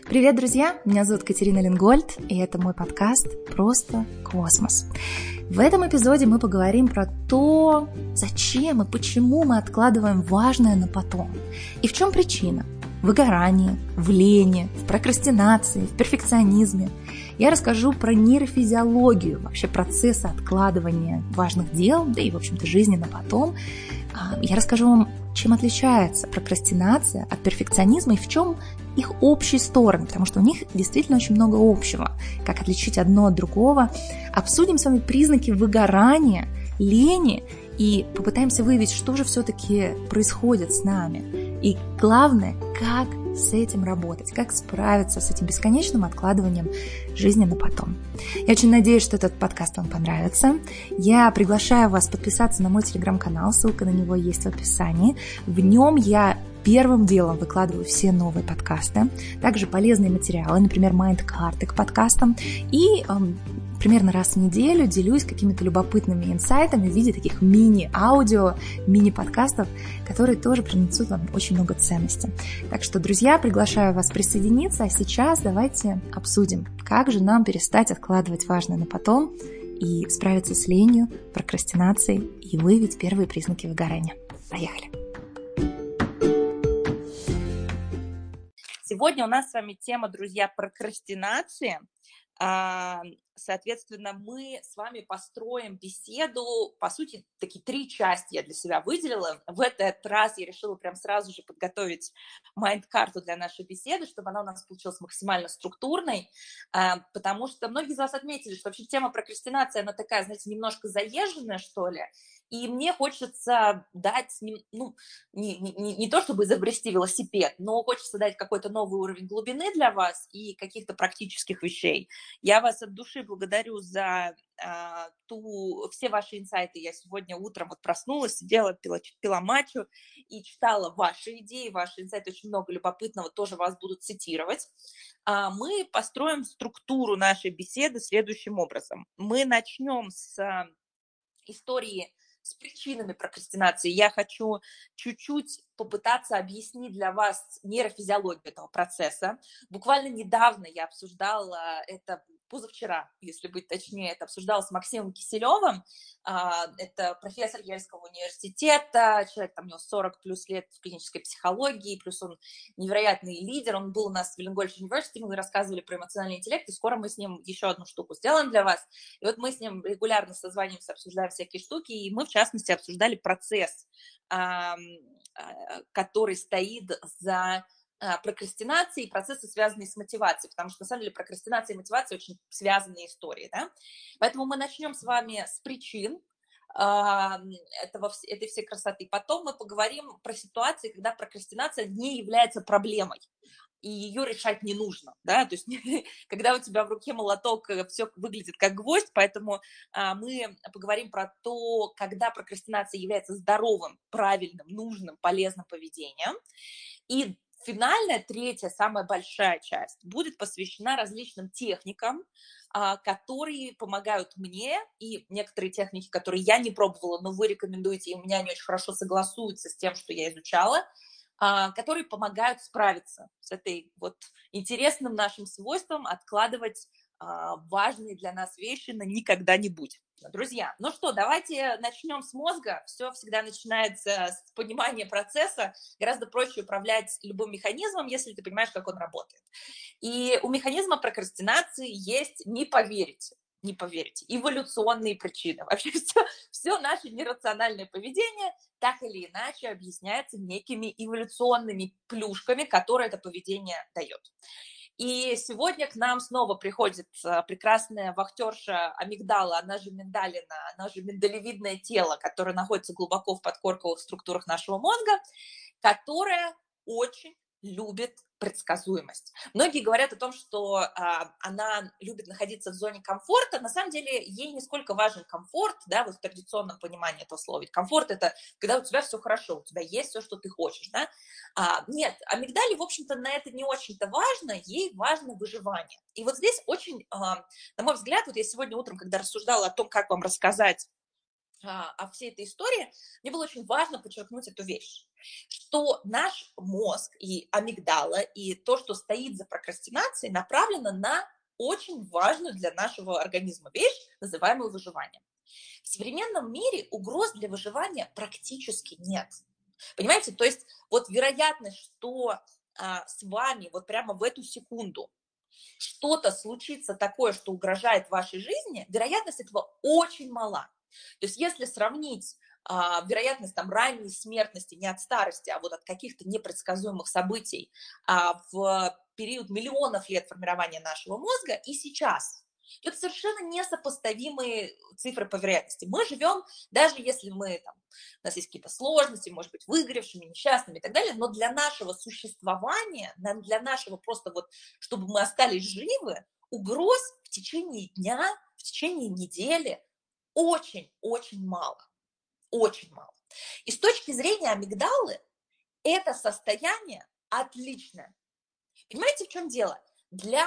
Привет, друзья! Меня зовут Катерина Ленгольд, и это мой подкаст «Просто космос». В этом эпизоде мы поговорим про то, зачем и почему мы откладываем важное на потом, и в чем причина – в выгорании, в лени, в прокрастинации, в перфекционизме. Я расскажу про нейрофизиологию, вообще процесса откладывания важных дел, да и, в общем-то, жизни на потом. Я расскажу вам, чем отличается прокрастинация от перфекционизма и в чем их общие стороны, потому что у них действительно очень много общего. Как отличить одно от другого. Обсудим с вами признаки выгорания, лени и попытаемся выявить, что же все-таки происходит с нами. И главное, как с этим работать, как справиться с этим бесконечным откладыванием жизни на потом. Я очень надеюсь, что этот подкаст вам понравится. Я приглашаю вас подписаться на мой телеграм-канал, ссылка на него есть в описании. В нем я первым делом выкладываю все новые подкасты, также полезные материалы, например, майнд-карты к подкастам, и примерно раз в неделю делюсь какими-то любопытными инсайтами в виде таких мини-аудио, мини-подкастов, которые тоже принесут вам очень много ценностей. Так что, друзья, приглашаю вас присоединиться, а сейчас давайте обсудим, как же нам перестать откладывать важное на потом и справиться с ленью, прокрастинацией и выявить первые признаки выгорания. Поехали! Сегодня у нас с вами тема, друзья, прокрастинации. Соответственно, мы с вами построим беседу, по сути, такие 3 части я для себя выделила. В этот раз я решила прям сразу же подготовить майнд-карту для нашей беседы, чтобы она у нас получилась максимально структурной, потому что многие из вас отметили, что вообще тема прокрастинации, она такая, знаете, немножко заезженная, что ли, и мне хочется дать, не то чтобы изобрести велосипед, но хочется дать какой-то новый уровень глубины для вас и каких-то практических вещей. Я вас от души благодарю за все ваши инсайты. Я сегодня утром проснулась, сидела, пила матчу и читала ваши идеи, ваши инсайты, очень много любопытного, тоже вас буду цитировать. Мы построим структуру нашей беседы следующим образом. Мы начнем с истории с причинами прокрастинации. Я хочу чуть-чуть попытаться объяснить для вас нейрофизиологию этого процесса. Буквально недавно я обсуждала это, позавчера, если быть точнее, это обсуждала с Максимом Киселевым. Это профессор Ельского университета, человек, там, у него 40 плюс лет в клинической психологии, плюс он невероятный лидер. Он был у нас в Ленгольд университете, мы рассказывали про эмоциональный интеллект, и скоро мы с ним еще одну штуку сделаем для вас. И вот мы с ним регулярно созваниваемся, обсуждаем всякие штуки, и мы, в частности, обсуждали процесс, который стоит за прокрастинацией и процессы, связанные с мотивацией, потому что, на самом деле, прокрастинация и мотивация очень связанные истории, да? Поэтому мы начнем с вами с причин этой всей красоты. Потом мы поговорим про ситуации, когда прокрастинация не является проблемой, и ее решать не нужно, да, то есть когда у тебя в руке молоток, все выглядит как гвоздь, поэтому мы поговорим про то, когда прокрастинация является здоровым, правильным, нужным, полезным поведением. И финальная, третья, самая большая часть будет посвящена различным техникам, которые помогают мне, и некоторые техники, которые я не пробовала, но вы рекомендуете, и у меня они очень хорошо согласуются с тем, что я изучала, которые помогают справиться с этой интересным нашим свойством откладывать важные для нас вещи на никогда-нибудь. Друзья, ну что, давайте начнем с мозга. Все всегда начинается с понимания процесса. Гораздо проще управлять любым механизмом, если ты понимаешь, как он работает. И у механизма прокрастинации есть, не поверите, эволюционные причины. Вообще все наше нерациональное поведение так или иначе объясняется некими эволюционными плюшками, которые это поведение дает. И сегодня к нам снова приходит прекрасная вахтерша амигдала, она же миндалина, она же миндалевидное тело, которое находится глубоко в подкорковых структурах нашего мозга, которая очень любит предсказуемость. Многие говорят о том, что она любит находиться в зоне комфорта. На самом деле ей не сколько важен комфорт, да, в традиционном понимании этого слова. Ведь комфорт – это когда у тебя все хорошо, у тебя есть все, что ты хочешь, да. Нет, амигдали, в общем-то, на это не очень-то важно, ей важно выживание. И вот здесь очень, на мой взгляд, я сегодня утром, когда рассуждала о том, как вам рассказать всей этой истории, мне было очень важно подчеркнуть эту вещь, что наш мозг и амигдала, и то, что стоит за прокрастинацией, направлено на очень важную для нашего организма вещь, называемую выживание. В современном мире угроз для выживания практически нет. Понимаете, то есть вот вероятность, что с вами вот прямо в эту секунду что-то случится такое, что угрожает вашей жизни, вероятность этого очень мала. То есть если сравнить вероятность там, ранней смертности не от старости, а вот от каких-то непредсказуемых событий в период миллионов лет формирования нашего мозга и сейчас, это совершенно несопоставимые цифры по вероятности. Мы живем, даже если у нас есть какие-то сложности, может быть, выгоревшими, несчастными и так далее, но для нашего существования, для нашего просто вот, чтобы мы остались живы, угроз в течение дня, в течение недели очень-очень мало. Очень мало. И с точки зрения амигдалы, это состояние отличное. Понимаете, в чем дело? Для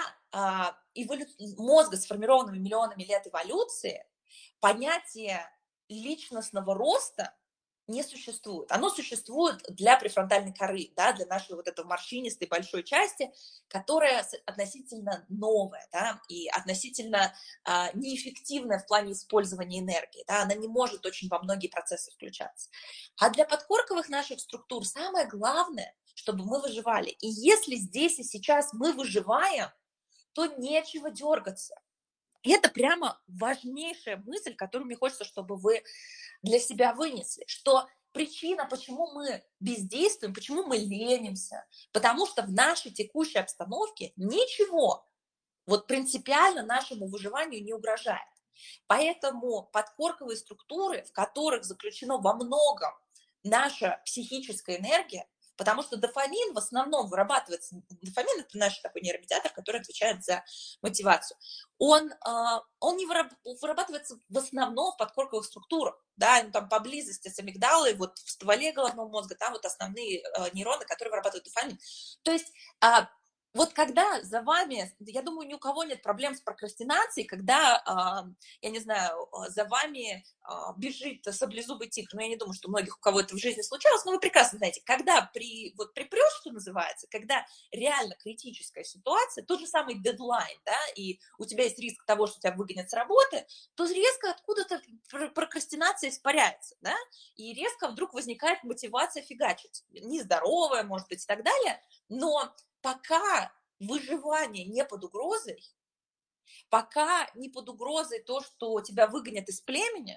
мозга, сформированного миллионами лет эволюции, понятие личностного роста не существует. Оно существует для префронтальной коры, да, для нашей вот этой морщинистой большой части, которая относительно новая, да, и относительно неэффективная в плане использования энергии. Да, она не может очень во многие процессы включаться. А для подкорковых наших структур самое главное, чтобы мы выживали. И если здесь и сейчас мы выживаем, то нечего дергаться. И это прямо важнейшая мысль, которую мне хочется, чтобы вы для себя вынесли, что причина, почему мы бездействуем, почему мы ленимся, потому что в нашей текущей обстановке ничего вот принципиально нашему выживанию не угрожает. Поэтому подкорковые структуры, в которых заключено во многом наша психическая энергия, потому что дофамин в основном вырабатывается, дофамин это наш такой нейромедиатор, который отвечает за мотивацию, он не вырабатывается в основном в подкорковых структурах, да, там поблизости с амигдалой, вот в стволе головного мозга, там вот основные нейроны, которые вырабатывают дофамин. То есть вот когда за вами, я думаю, ни у кого нет проблем с прокрастинацией, когда, я не знаю, за вами бежит саблезубый тигр, но я не думаю, что у многих, у кого это в жизни случалось, но вы прекрасно знаете, когда припрешь, что называется, когда реально критическая ситуация, тот же самый дедлайн, да, и у тебя есть риск того, что тебя выгонят с работы, то резко откуда-то прокрастинация испаряется, да, и резко вдруг возникает мотивация фигачить, нездоровая, может быть, и так далее, но пока выживание не под угрозой, пока не под угрозой то, что тебя выгонят из племени,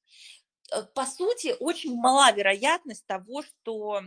по сути, очень мала вероятность того, что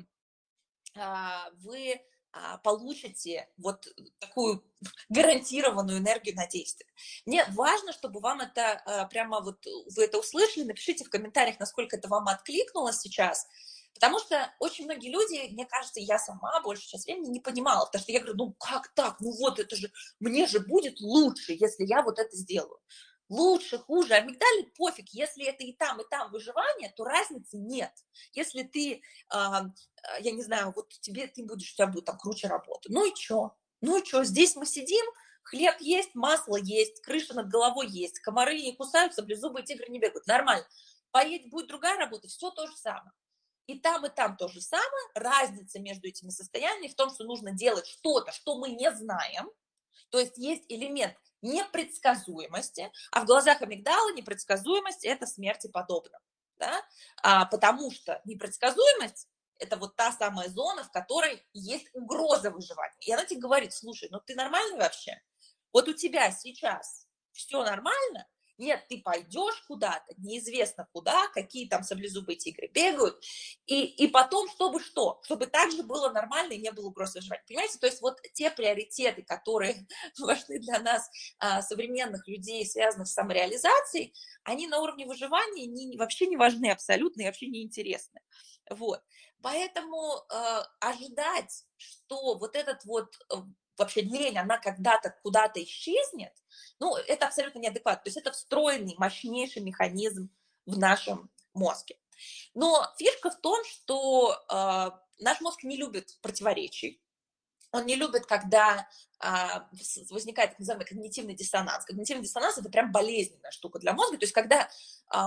вы получите вот такую гарантированную энергию на действие. Мне важно, чтобы вам это прямо вот вы это услышали. Напишите в комментариях, насколько это вам откликнулось сейчас. Потому что очень многие люди, мне кажется, я сама большую часть времени не понимала, потому что я говорю, ну как так, ну вот это же, мне же будет лучше, если я вот это сделаю. Лучше, хуже, амигдали пофиг, если это и там выживание, то разницы нет. Если ты, я не знаю, вот у тебя будет там круче работа, ну и что? Здесь мы сидим, хлеб есть, масло есть, крыша над головой есть, комары не кусаются, саблезубые тигры не бегают, нормально. Поедет, будет другая работа, все то же самое. И там то же самое. Разница между этими состояниями в том, что нужно делать что-то, что мы не знаем. То есть есть элемент непредсказуемости, а в глазах амигдала непредсказуемость – это смерти подобно. Да? Потому что непредсказуемость – это вот та самая зона, в которой есть угроза выживания. И она тебе говорит, слушай, ну ты нормальный вообще? Вот у тебя сейчас все нормально, нет, ты пойдешь куда-то, неизвестно куда, какие там саблезубые тигры бегают, и потом, чтобы так же было нормально и не было угроз выживания. Понимаете, то есть вот те приоритеты, которые важны для нас, современных людей, связанных с самореализацией, они на уровне выживания вообще не важны абсолютно и вообще не интересны. Вот. Поэтому ожидать, что вот этот вот вообще лень, она когда-то куда-то исчезнет, ну, это абсолютно неадекватно. То есть это встроенный, мощнейший механизм в нашем мозге. Но фишка в том, что наш мозг не любит противоречий. Он не любит, когда возникает так называемый когнитивный диссонанс. Когнитивный диссонанс – это прям болезненная штука для мозга. То есть когда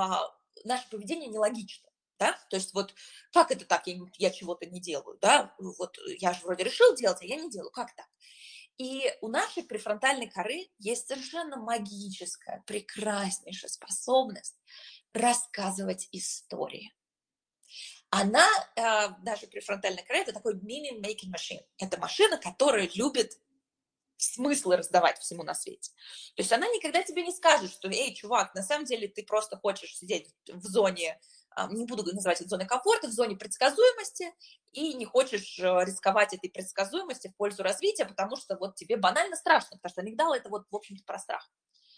наше поведение нелогично. Да? То есть вот как это так, я чего-то не делаю, да? Вот я же вроде решил делать, а я не делаю. Как так? И у нашей префронтальной коры есть совершенно магическая, прекраснейшая способность рассказывать истории. Она, даже префронтальная кора, это такой meaning-making machine. Это машина, которая любит смыслы раздавать всему на свете. То есть она никогда тебе не скажет, что, эй, чувак, на самом деле ты просто хочешь сидеть в зоне, не буду называть это зоной комфорта, в зоне предсказуемости, и не хочешь рисковать этой предсказуемости в пользу развития, потому что вот тебе банально страшно, потому что амигдала это вот, в общем-то, про страх.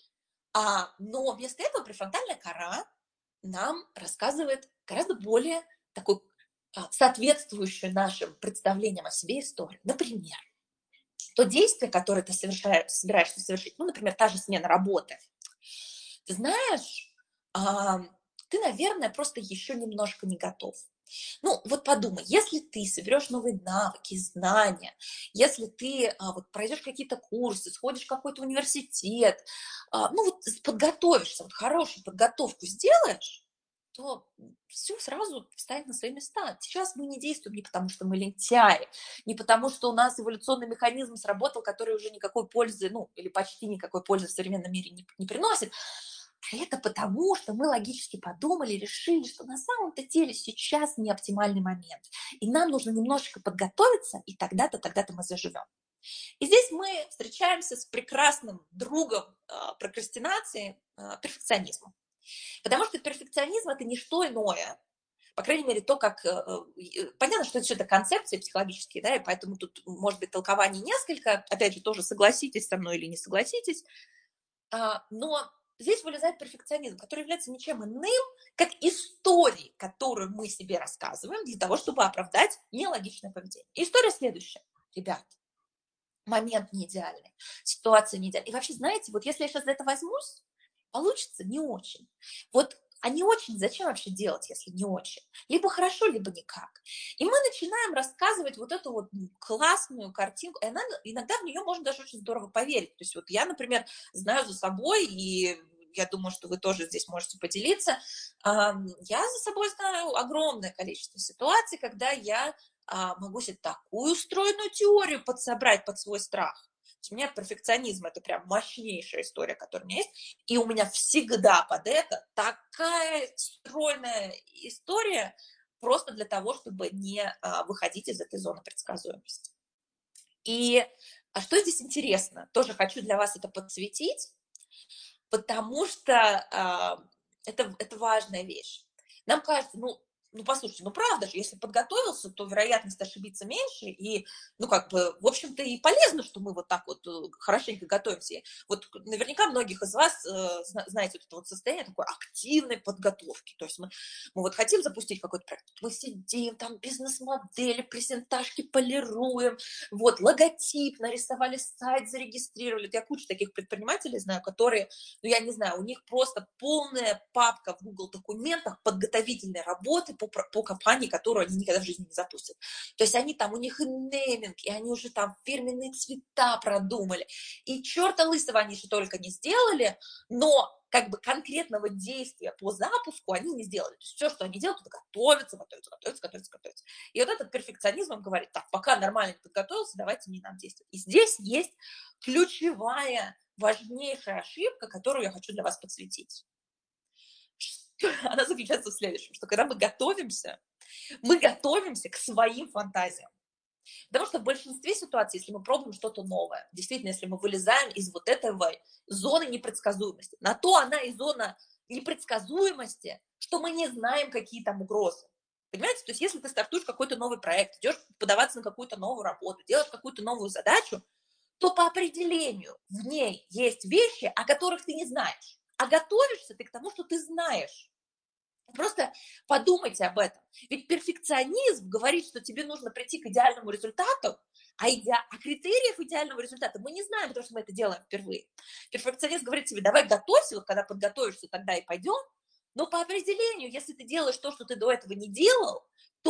Но вместо этого префронтальная кора нам рассказывает гораздо более такую соответствующую нашим представлениям о себе историю. Например, то действие, которое ты собираешься совершить, ну, например, та же смена работы, ты знаешь, ты, наверное, просто еще немножко не готов. Ну, вот подумай, если ты соберешь новые навыки, знания, если ты вот пройдешь какие-то курсы, сходишь в какой-то университет, ну, вот подготовишься, вот хорошую подготовку сделаешь, то все сразу встанет на свои места. Сейчас мы не действуем не потому, что мы лентяи, не потому, что у нас эволюционный механизм сработал, который уже никакой пользы, ну, или почти никакой пользы в современном мире не приносит. А это потому, что мы логически подумали, решили, что на самом-то деле сейчас не оптимальный момент. И нам нужно немножечко подготовиться, и тогда-то мы заживем. И здесь мы встречаемся с прекрасным другом прокрастинации, перфекционизмом. Потому что перфекционизм – это не что иное, по крайней мере, то, как… Понятно, что это все это концепции психологические, да, и поэтому тут может быть толкований несколько. Опять же, тоже согласитесь со мной или не согласитесь. Но здесь вылезает перфекционизм, который является ничем иным, как историей, которую мы себе рассказываем для того, чтобы оправдать нелогичное поведение. И история следующая. Ребят, момент не идеальный, ситуация не идеальная. И вообще, знаете, вот если я сейчас за это возьмусь, получится не очень. Вот а не очень зачем вообще делать, если не очень? Либо хорошо, либо никак. И мы начинаем рассказывать вот эту вот классную картинку, и иногда в нее можно даже очень здорово поверить. То есть вот я, например, знаю за собой, и я думаю, что вы тоже здесь можете поделиться, я за собой знаю огромное количество ситуаций, когда я могу себе такую стройную теорию подсобрать под свой страх. У меня перфекционизм – это прям мощнейшая история, которая у меня есть. И у меня всегда под это такая стройная история просто для того, чтобы не выходить из этой зоны предсказуемости. И что здесь интересно? Тоже хочу для вас это подсветить, потому что это важная вещь. Нам кажется, ну, послушайте, ну, правда же, если подготовился, то вероятность ошибиться меньше, и, ну, как бы, в общем-то, и полезно, что мы вот так вот хорошенько готовимся. Вот наверняка многих из вас знаете вот это вот состояние такой активной подготовки. То есть мы вот хотим запустить какой-то проект, мы сидим, там бизнес-модели, презентажки полируем, вот, логотип нарисовали, сайт зарегистрировали. Я кучу таких предпринимателей знаю, которые, ну, я не знаю, у них просто полная папка в Google документах подготовительной работы по компании, которую они никогда в жизни не запустят. То есть они там, у них и нейминг, и они уже там фирменные цвета продумали. И черта лысого они еще только не сделали, но как бы конкретного действия по запуску они не сделали. То есть все, что они делают, это готовятся. И вот этот перфекционизм он говорит, так, пока нормально не подготовился, давайте не нам действовать. И здесь есть ключевая, важнейшая ошибка, которую я хочу для вас подсветить. Она заключается в следующем, что когда мы готовимся к своим фантазиям. Потому что в большинстве ситуаций, если мы пробуем что-то новое, действительно, если мы вылезаем из вот этого зоны непредсказуемости, на то она и зона непредсказуемости, что мы не знаем, какие там угрозы. Понимаете? То есть если ты стартуешь какой-то новый проект, идешь подаваться на какую-то новую работу, делаешь какую-то новую задачу, то по определению в ней есть вещи, о которых ты не знаешь. А готовишься ты к тому, что ты знаешь. Просто подумайте об этом. Ведь перфекционизм говорит, что тебе нужно прийти к идеальному результату, а критериев идеального результата мы не знаем, потому что мы это делаем впервые. Перфекционист говорит тебе, давай готовься, вот когда подготовишься, тогда и пойдем. Но по определению, если ты делаешь то, что ты до этого не делал, то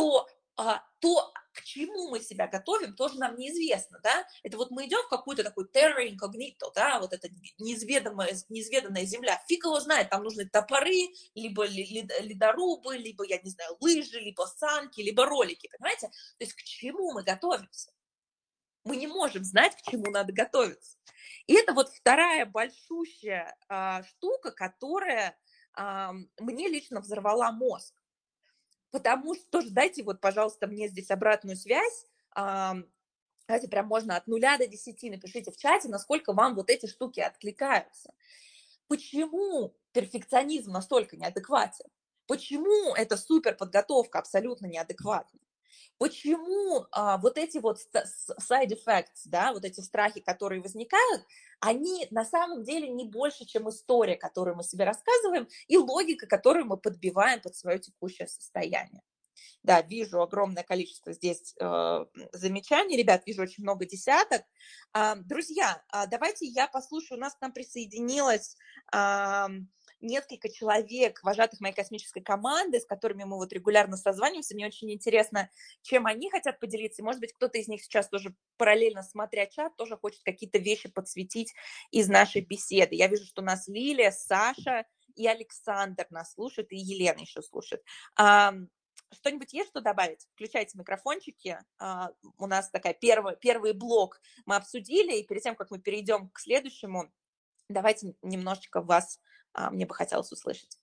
то, к чему мы себя готовим, тоже нам неизвестно, да, это вот мы идем в какую-то такую terra incognito, да, вот эта неизведанная земля, фиг его знает, там нужны топоры, либо ледорубы, либо, я не знаю, лыжи, либо санки, либо ролики, понимаете, то есть к чему мы готовимся? Мы не можем знать, к чему надо готовиться. И это вот вторая большущая штука, которая мне лично взорвала мозг. Потому что тоже дайте вот, пожалуйста, мне здесь обратную связь. Давайте прям можно от 0 до 10 напишите в чате, насколько вам вот эти штуки откликаются. Почему перфекционизм настолько неадекватен? Почему эта суперподготовка абсолютно неадекватна? Почему вот эти вот side effects, да, вот эти страхи, которые возникают, они на самом деле не больше, чем история, которую мы себе рассказываем, и логика, которую мы подбиваем под свое текущее состояние. Да, вижу огромное количество здесь замечаний, ребят, вижу очень много десяток. Друзья, давайте я послушаю, у нас к нам присоединилось несколько человек, вожатых моей космической команды, с которыми мы вот регулярно созваниваемся. Мне очень интересно, чем они хотят поделиться. И, может быть, кто-то из них сейчас тоже параллельно смотря чат, тоже хочет какие-то вещи подсветить из нашей беседы. Я вижу, что у нас Лилия, Саша и Александр нас слушают, и Елена еще слушает. Что-нибудь есть, что добавить? Включайте микрофончики. У нас такая первый блок мы обсудили, и перед тем, как мы перейдем к следующему, давайте немножечко вас мне бы хотелось услышать.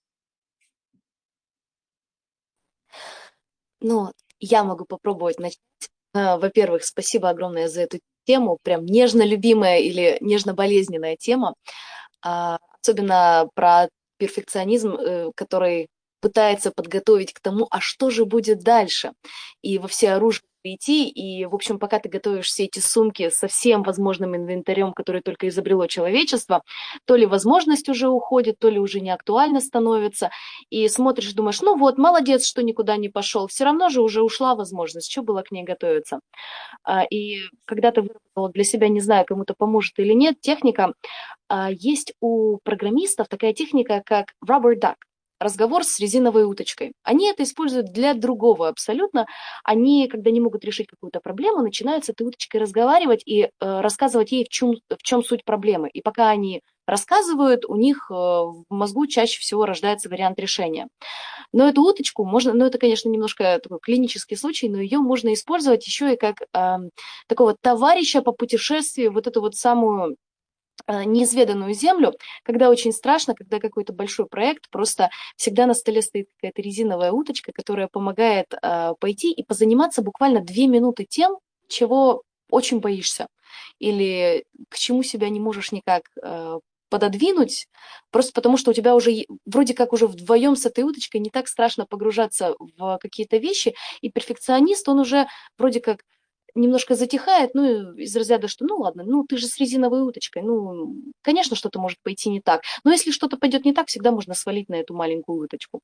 Ну, я могу попробовать начать. Во-первых, спасибо огромное за эту тему. Прям нежно любимая или нежно болезненная тема. Особенно про перфекционизм, который пытается подготовить к тому, а что же будет дальше. И во всеоружие прийти, и, в общем, пока ты готовишь все эти сумки со всем возможным инвентарем, который только изобрело человечество, то ли возможность уже уходит, то ли уже не актуально становится, и смотришь, думаешь, ну вот, молодец, что никуда не пошел, все равно же уже ушла возможность, что было к ней готовиться. И когда ты выработала для себя, не знаю, кому-то поможет или нет, техника, есть у программистов такая техника, как rubber duck. Разговор с резиновой уточкой. Они это используют для другого абсолютно. Они, когда не могут решить какую-то проблему, начинают с этой уточкой разговаривать и рассказывать ей, в чем суть проблемы. И пока они рассказывают, у них в мозгу чаще всего рождается вариант решения. Но эту уточку можно, ну это, конечно, немножко такой клинический случай, но ее можно использовать еще и как такого товарища по путешествию, вот эту вот самую неизведанную землю, когда очень страшно, когда какой-то большой проект, просто всегда на столе стоит какая-то резиновая уточка, которая помогает пойти и позаниматься буквально 2 минуты тем, чего очень боишься, или к чему себя не можешь никак пододвинуть, просто потому что у тебя уже вроде как уже вдвоем с этой уточкой не так страшно погружаться в какие-то вещи, и перфекционист, он уже вроде как немножко затихает, ну, из разряда, что ну ладно, ну ты же с резиновой уточкой, ну, конечно, что-то может пойти не так. Но если что-то пойдет не так, всегда можно свалить на эту маленькую уточку.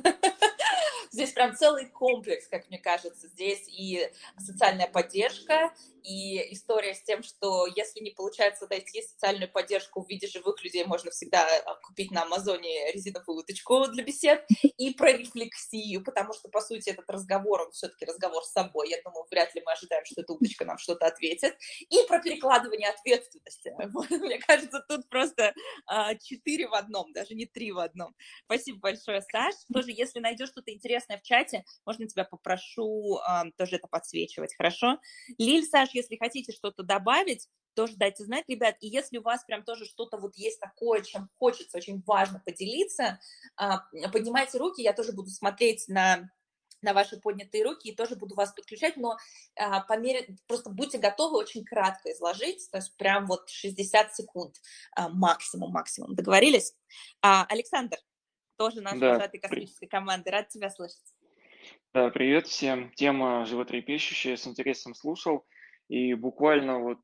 Здесь прям целый комплекс, как мне кажется. Здесь и социальная поддержка, и история с тем, что если не получается найти социальную поддержку в виде живых людей, можно всегда купить на Амазоне резиновую уточку для бесед, и про рефлексию, потому что, по сути, этот разговор, он все-таки разговор с собой. Я думаю, вряд ли мы ожидаем, что эта уточка нам что-то ответит. И про перекладывание ответственности. Мне кажется, тут просто 4 в одном, даже не 3 в одном. Спасибо большое, Саш. Тоже, если найдешь что-то интересное в чате, можно тебя попрошу тоже это подсвечивать, хорошо? Лиль, Саш, если хотите что-то добавить, тоже дайте знать, ребят. И если у вас прям тоже что-то вот есть такое, чем хочется, очень важно поделиться, поднимайте руки, я тоже буду смотреть на ваши поднятые руки и тоже буду вас подключать, но по мере, просто будьте готовы очень кратко изложить, то есть прям вот 60 секунд максимум. Договорились? Александр, тоже наш Да, вожатый космической команды, рад тебя слышать. да, привет всем. Тема животрепещущая, с интересом слушал. И буквально вот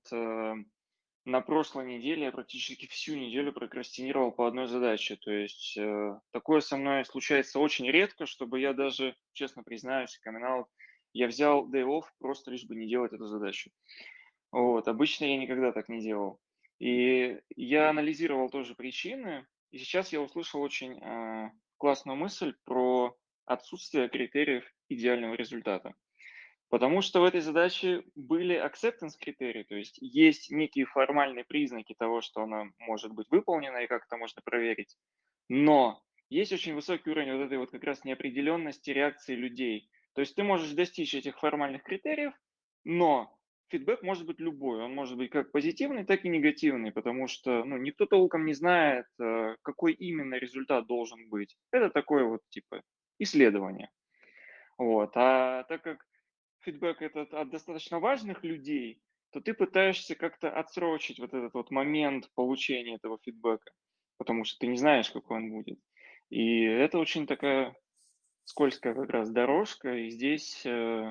на прошлой неделе я практически всю неделю прокрастинировал по одной задаче. То есть такое со мной случается очень редко, чтобы я даже, честно признаюсь, камин-аут, я взял day off просто лишь бы не делать эту задачу. Вот, обычно я никогда так не делал. И я анализировал тоже причины, и сейчас я услышал очень классную мысль про отсутствие критериев идеального результата. Потому что в этой задаче были acceptance критерии, то есть есть некие формальные признаки того, что она может быть выполнена и как это можно проверить. Но есть очень высокий уровень вот этой вот как раз неопределенности реакции людей. То есть ты можешь достичь этих формальных критериев, но фидбэк может быть любой. Он может быть как позитивный, так и негативный, потому что никто толком не знает, какой именно результат должен быть. Это такое вот типа исследование. Вот. А так как фидбэк этот от достаточно важных людей, то ты пытаешься как-то отсрочить вот этот вот момент получения этого фидбэка, потому что ты не знаешь, какой он будет. И это очень такая скользкая как раз дорожка, и здесь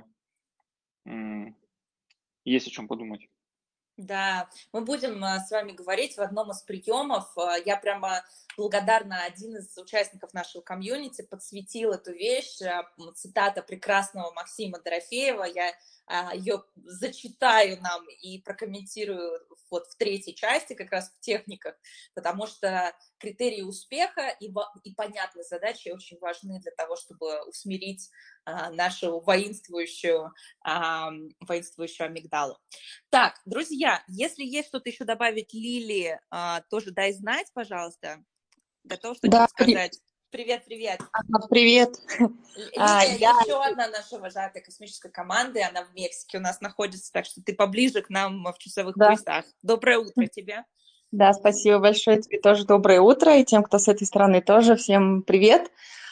есть о чем подумать. Да, мы будем с вами говорить в одном из приемов. Я прямо благодарна, один из участников нашего комьюнити подсветил эту вещь, цитата прекрасного Максима Дорофеева. Я ее зачитаю нам и прокомментирую вот в третьей части, как раз в техниках, потому что критерии успеха и понятные задачи очень важны для того, чтобы усмирить нашу воинствующую амигдалу. Так, друзья, если есть что-то еще добавить Лили, тоже дай знать, пожалуйста. Готов что-нибудь сказать? Привет, привет. Привет. Лилия еще одна наша вожатая космической команды, она в Мексике у нас находится, так что ты поближе к нам в часовых поясах. Доброе утро тебе. Да, спасибо большое, тебе тоже доброе утро, и тем, кто с этой стороны тоже, всем привет.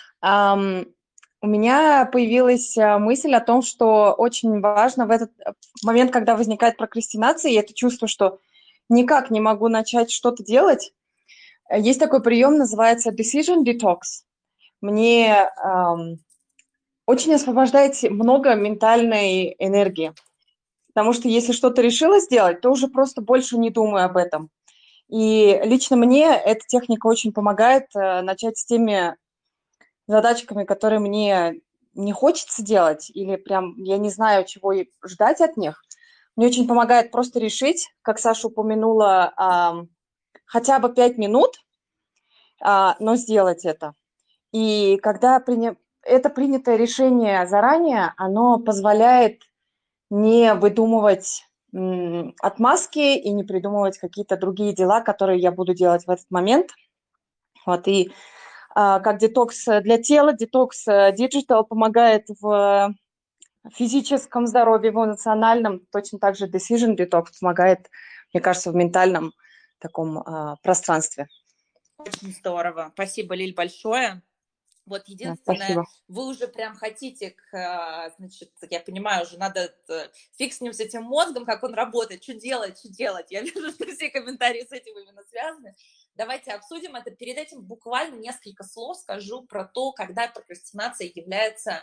У меня появилась мысль о том, что очень важно в этот момент, когда возникает прокрастинация, и это чувство, что никак не могу начать что-то делать, есть такой прием, называется decision detox. Мне очень освобождает много ментальной энергии, потому что если что-то решила сделать, то уже просто больше не думаю об этом. И лично мне эта техника очень помогает начать с теми задачками, которые мне не хочется делать, или прям я не знаю, чего ждать от них. Мне очень помогает просто решить, как Саша упомянула, хотя бы 5 минут, но сделать это. И когда это принятое решение заранее, оно позволяет не выдумывать отмазки и не придумывать какие-то другие дела, которые я буду делать в этот момент. Вот, и как детокс для тела, детокс диджитал помогает в физическом здоровье, в эмоциональном, точно так же decision detox помогает, мне кажется, в ментальном таком пространстве. Очень здорово. Спасибо, Лиль, большое. Вот единственное, вы уже прям хотите, значит, я понимаю, уже надо фиг с ним, с этим мозгом, как он работает, что делать. Я вижу, что все комментарии с этим именно связаны. Давайте обсудим это. Перед этим буквально несколько слов скажу про то, когда прокрастинация является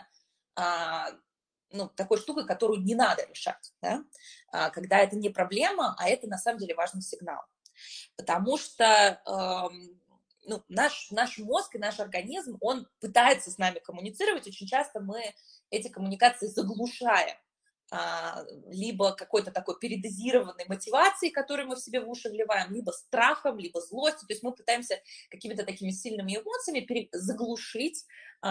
такой штукой, которую не надо решать, да? Когда это не проблема, а это на самом деле важный сигнал. Потому что наш мозг и наш организм, он пытается с нами коммуницировать. Очень часто мы эти коммуникации заглушаем. Либо какой-то такой передозированной мотивацией, которую мы в себе в уши вливаем, либо страхом, либо злостью. То есть мы пытаемся какими-то такими сильными эмоциями заглушить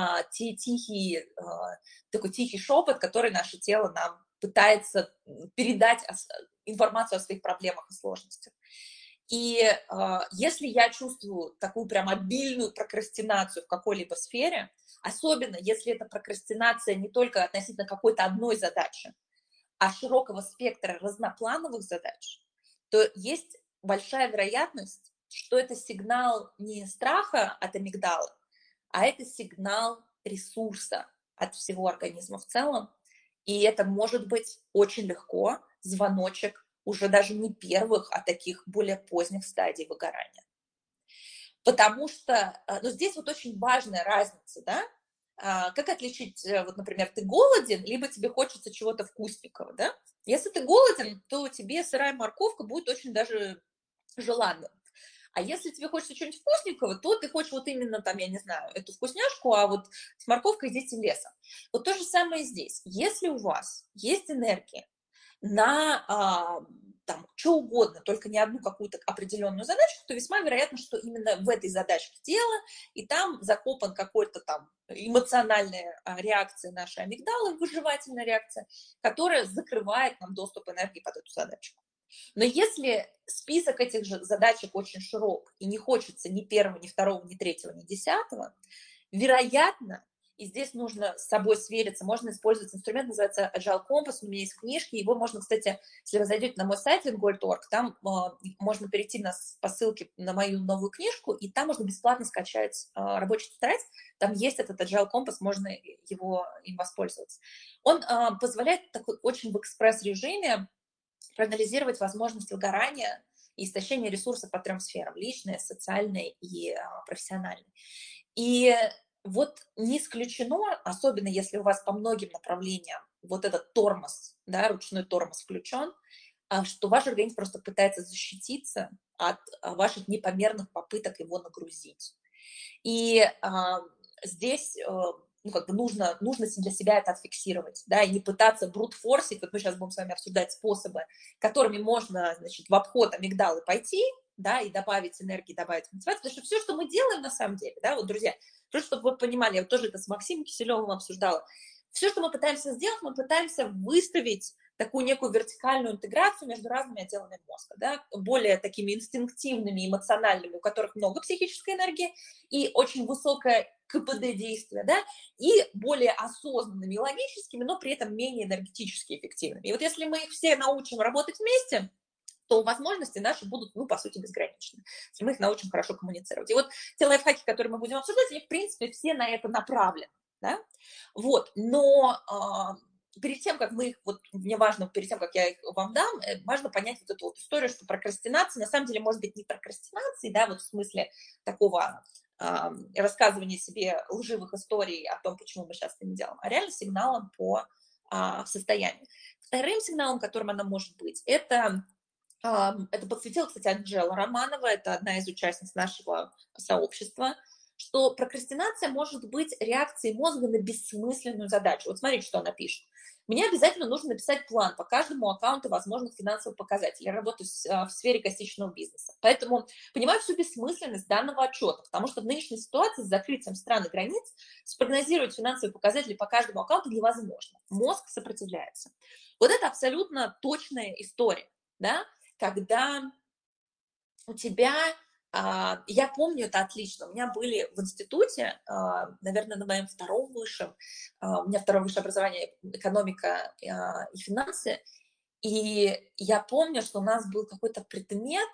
такой тихий шепот, который наше тело нам пытается передать информацию о своих проблемах и сложностях. И если я чувствую такую прям обильную прокрастинацию в какой-либо сфере, особенно если эта прокрастинация не только относительно какой-то одной задачи, а широкого спектра разноплановых задач, то есть большая вероятность, что это сигнал не страха от амигдалы, а это сигнал ресурса от всего организма в целом. И это может быть очень легко звоночек уже даже не первых, а таких более поздних стадий выгорания. Потому что, здесь вот очень важная разница, да, как отличить, вот, например, ты голоден, либо тебе хочется чего-то вкусненького, да? Если ты голоден, то тебе сырая морковка будет очень даже желанным. А если тебе хочется чего-нибудь вкусненького, то ты хочешь вот именно там, я не знаю, эту вкусняшку, а вот с морковкой идите лесом. Вот то же самое здесь. Если у вас есть энергия на там что угодно, только не одну какую-то определенную задачку, то весьма вероятно, что именно в этой задачке дело, и там закопан какой-то там эмоциональная реакция нашей амигдалы, выживательная реакция, которая закрывает нам доступ энергии под эту задачку. Но если список этих же задачек очень широк, и не хочется ни первого, ни второго, ни третьего, ни десятого, вероятно, и здесь нужно с собой свериться, можно использовать инструмент, называется Agile Compass, у меня есть книжки, его можно, кстати, если вы зайдете на мой сайт lingold.org, там можно перейти по ссылке на мою новую книжку, и там можно бесплатно скачать рабочий тетрадь, там есть этот Agile Compass, можно им воспользоваться. Он позволяет такой, очень в экспресс-режиме проанализировать возможность выгорания и истощения ресурсов по 3 сферам: личной, социальной и профессиональной. И вот не исключено, особенно если у вас по многим направлениям вот этот тормоз, да, ручной тормоз включен, что ваш организм просто пытается защититься от ваших непомерных попыток его нагрузить. И здесь нужно для себя это отфиксировать, да, и не пытаться брутфорсить. Вот мы сейчас будем с вами обсуждать способы, которыми можно, значит, в обход амигдалы пойти, да, и добавить энергии, добавить мотивацию, потому что все, что мы делаем на самом деле, да, вот, друзья, просто чтобы вы понимали, я вот тоже это с Максимом Киселевым обсуждала, все, что мы пытаемся сделать, мы пытаемся выставить такую некую вертикальную интеграцию между разными отделами мозга, да, более такими инстинктивными, эмоциональными, у которых много психической энергии и очень высокое КПД действия, да, и более осознанными и логическими, но при этом менее энергетически эффективными. И вот если мы их все научим работать вместе, то возможности наши будут, по сути, безграничны, если мы их научим хорошо коммуницировать. И вот те лайфхаки, которые мы будем обсуждать, они, в принципе, все на это направлены, да, вот, но перед тем, как мне важно, перед тем, как я их вам дам, важно понять вот эту вот историю, что прокрастинация, на самом деле, может быть не прокрастинацией, да, вот в смысле такого рассказывания себе лживых историй о том, почему мы сейчас это не делаем, а реально сигналом по состоянию. Вторым сигналом, которым она может быть, это подсветила, кстати, Анжела Романова, это одна из участниц нашего сообщества, что прокрастинация может быть реакцией мозга на бессмысленную задачу. Вот смотрите, что она пишет. Мне обязательно нужно написать план по каждому аккаунту возможных финансовых показателей. Я работаю в сфере косичного бизнеса. Поэтому понимаю всю бессмысленность данного отчета, потому что в нынешней ситуации с закрытием стран и границ спрогнозировать финансовые показатели по каждому аккаунту невозможно. Мозг сопротивляется. Вот это абсолютно точная история, да, когда у тебя... Я помню это отлично. У меня были в институте, наверное, на моем втором высшем, у меня второе высшее образование экономика и финансы, и я помню, что у нас был какой-то предмет,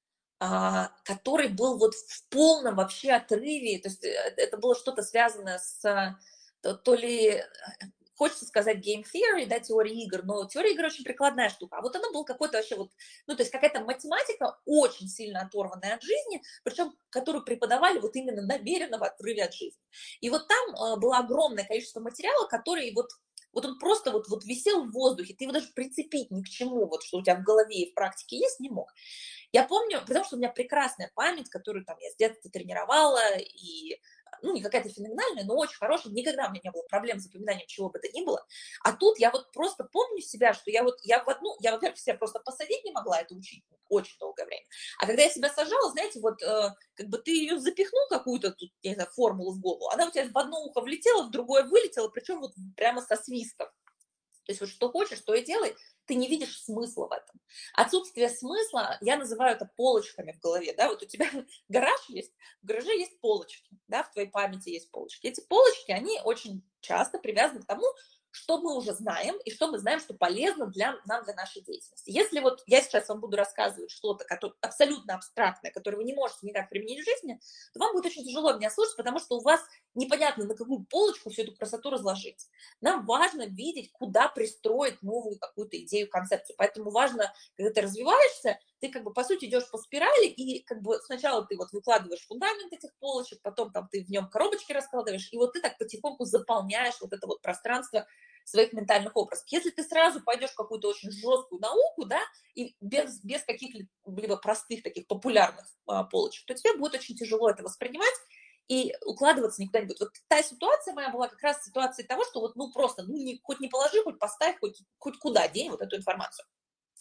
который был вот в полном вообще отрыве, то есть это было что-то связанное с то ли... Хочется сказать game theory, да, теория игр, но теория игр очень прикладная штука. А вот она была какой-то вообще то есть какая-то математика очень сильно оторванная от жизни, причем которую преподавали вот именно намеренно в отрыве от жизни. И вот там было огромное количество материала, который вот он просто вот висел в воздухе, ты его даже прицепить ни к чему, вот что у тебя в голове и в практике есть, не мог. Я помню, потому что у меня прекрасная память, которую там я с детства тренировала, и не какая-то феноменальная, но очень хорошая, никогда у меня не было проблем с запоминанием чего бы то ни было. А тут я вот просто помню себя, что я, во-первых, себя просто посадить не могла это учить очень долгое время. А когда я себя сажала, знаете, как бы ты ее запихнул какую-то тут, я не знаю, формулу в голову, она у тебя в одно ухо влетела, в другое вылетела, причем вот прямо со свистом. То есть вот что хочешь, то и делай, ты не видишь смысла в этом. Отсутствие смысла, я называю это полочками в голове, да, вот у тебя гараж есть, в гараже есть полочки, да, в твоей памяти есть полочки. Эти полочки, они очень часто привязаны к тому, что мы уже знаем, и что мы знаем, что полезно для нашей деятельности. Если вот я сейчас вам буду рассказывать что-то абсолютно абстрактное, которое вы не можете никак применить в жизни, то вам будет очень тяжело меня слушать, потому что у вас непонятно, на какую полочку всю эту красоту разложить. Нам важно видеть, куда пристроить новую какую-то идею, концепцию. Поэтому важно, когда ты развиваешься, ты как бы по сути идешь по спирали, и как бы сначала ты вот выкладываешь фундамент этих полочек, потом там ты в нем коробочки раскладываешь, и вот ты так потихоньку заполняешь вот это вот пространство своих ментальных образов. Если ты сразу пойдешь в какую-то очень жесткую науку, да, и без каких-либо простых таких популярных полочек, то тебе будет очень тяжело это воспринимать и укладываться никуда не будет. Вот та ситуация моя была как раз ситуацией того, что вот просто, хоть не положи, хоть поставь, хоть куда день вот эту информацию.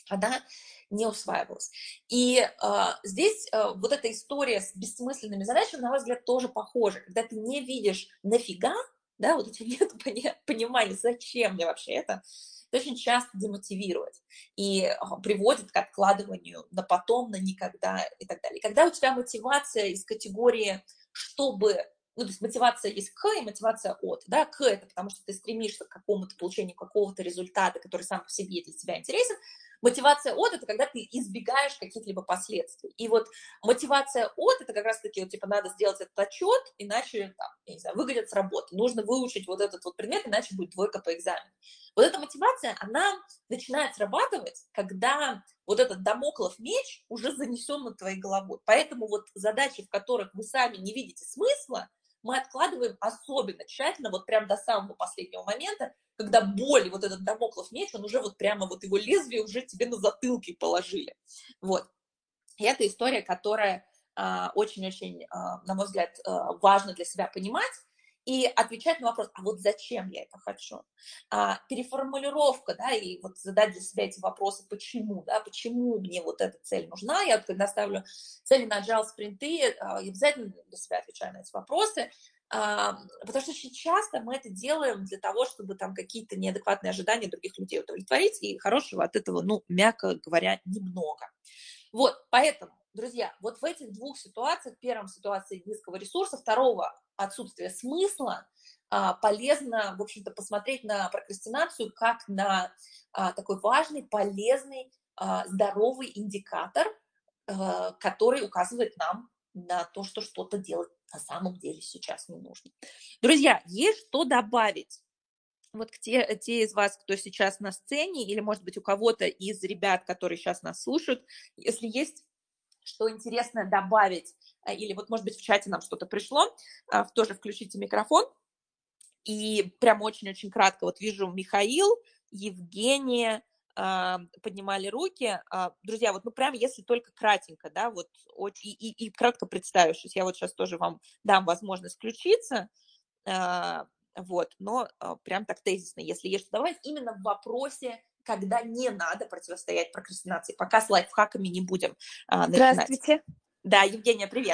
она не усваивалась. И здесь вот эта история с бессмысленными задачами, на мой взгляд, тоже похожа. Когда ты не видишь нафига, да, вот у тебя нет понимания, зачем мне вообще это очень часто демотивирует и приводит к откладыванию на потом, на никогда и так далее. И когда у тебя мотивация из категории «чтобы», ну, то есть мотивация есть к и мотивация от, да, к это потому что ты стремишься к какому-то получению какого-то результата, который сам по себе для тебя интересен. Мотивация от – это когда ты избегаешь каких-либо последствий. И вот мотивация от – это как раз-таки, вот, типа, надо сделать этот отчет, иначе, там, я не знаю, выгонят с работы. Нужно выучить вот этот вот предмет, иначе будет двойка по экзамену. Вот эта мотивация, она начинает срабатывать, когда вот этот дамоклов меч уже занесен над твоей головой. Поэтому вот задачи, в которых вы сами не видите смысла, мы откладываем особенно тщательно, вот прям до самого последнего момента, когда боль, вот этот дамоклов меч, он уже вот прямо вот его лезвие уже тебе на затылке положили. Вот. И это история, которая очень-очень, на мой взгляд, важно для себя понимать и отвечать на вопрос, а вот зачем я это хочу? Переформулировка, да, и вот задать для себя эти вопросы, почему, да, почему мне вот эта цель нужна. Я вот когда ставлю цели на agile спринты, я обязательно для себя отвечаю на эти вопросы, потому что очень часто мы это делаем для того, чтобы там какие-то неадекватные ожидания других людей удовлетворить, и хорошего от этого, ну, мягко говоря, немного. Вот, поэтому, друзья, вот в этих двух ситуациях, первом ситуации низкого ресурса, второго отсутствия смысла, полезно, в общем-то, посмотреть на прокрастинацию как на такой важный, полезный, здоровый индикатор, который указывает нам на то, что что-то делать на самом деле сейчас не нужно. Друзья, есть что добавить? Вот те из вас, кто сейчас на сцене, или, может быть, у кого-то из ребят, которые сейчас нас слушают, если есть что интересное добавить, или вот, может быть, в чате нам что-то пришло, тоже включите микрофон. И прям очень-очень кратко, вот вижу Михаил, Евгения поднимали руки. Друзья, вот ну прям если только кратенько, да, вот и кратко представившись, я вот сейчас тоже вам дам возможность включиться, вот, но прям так тезисно, если есть что добавить, именно в вопросе, когда не надо противостоять прокрастинации. Пока с лайфхаками не будем начинать. Здравствуйте. Да, Евгения, привет.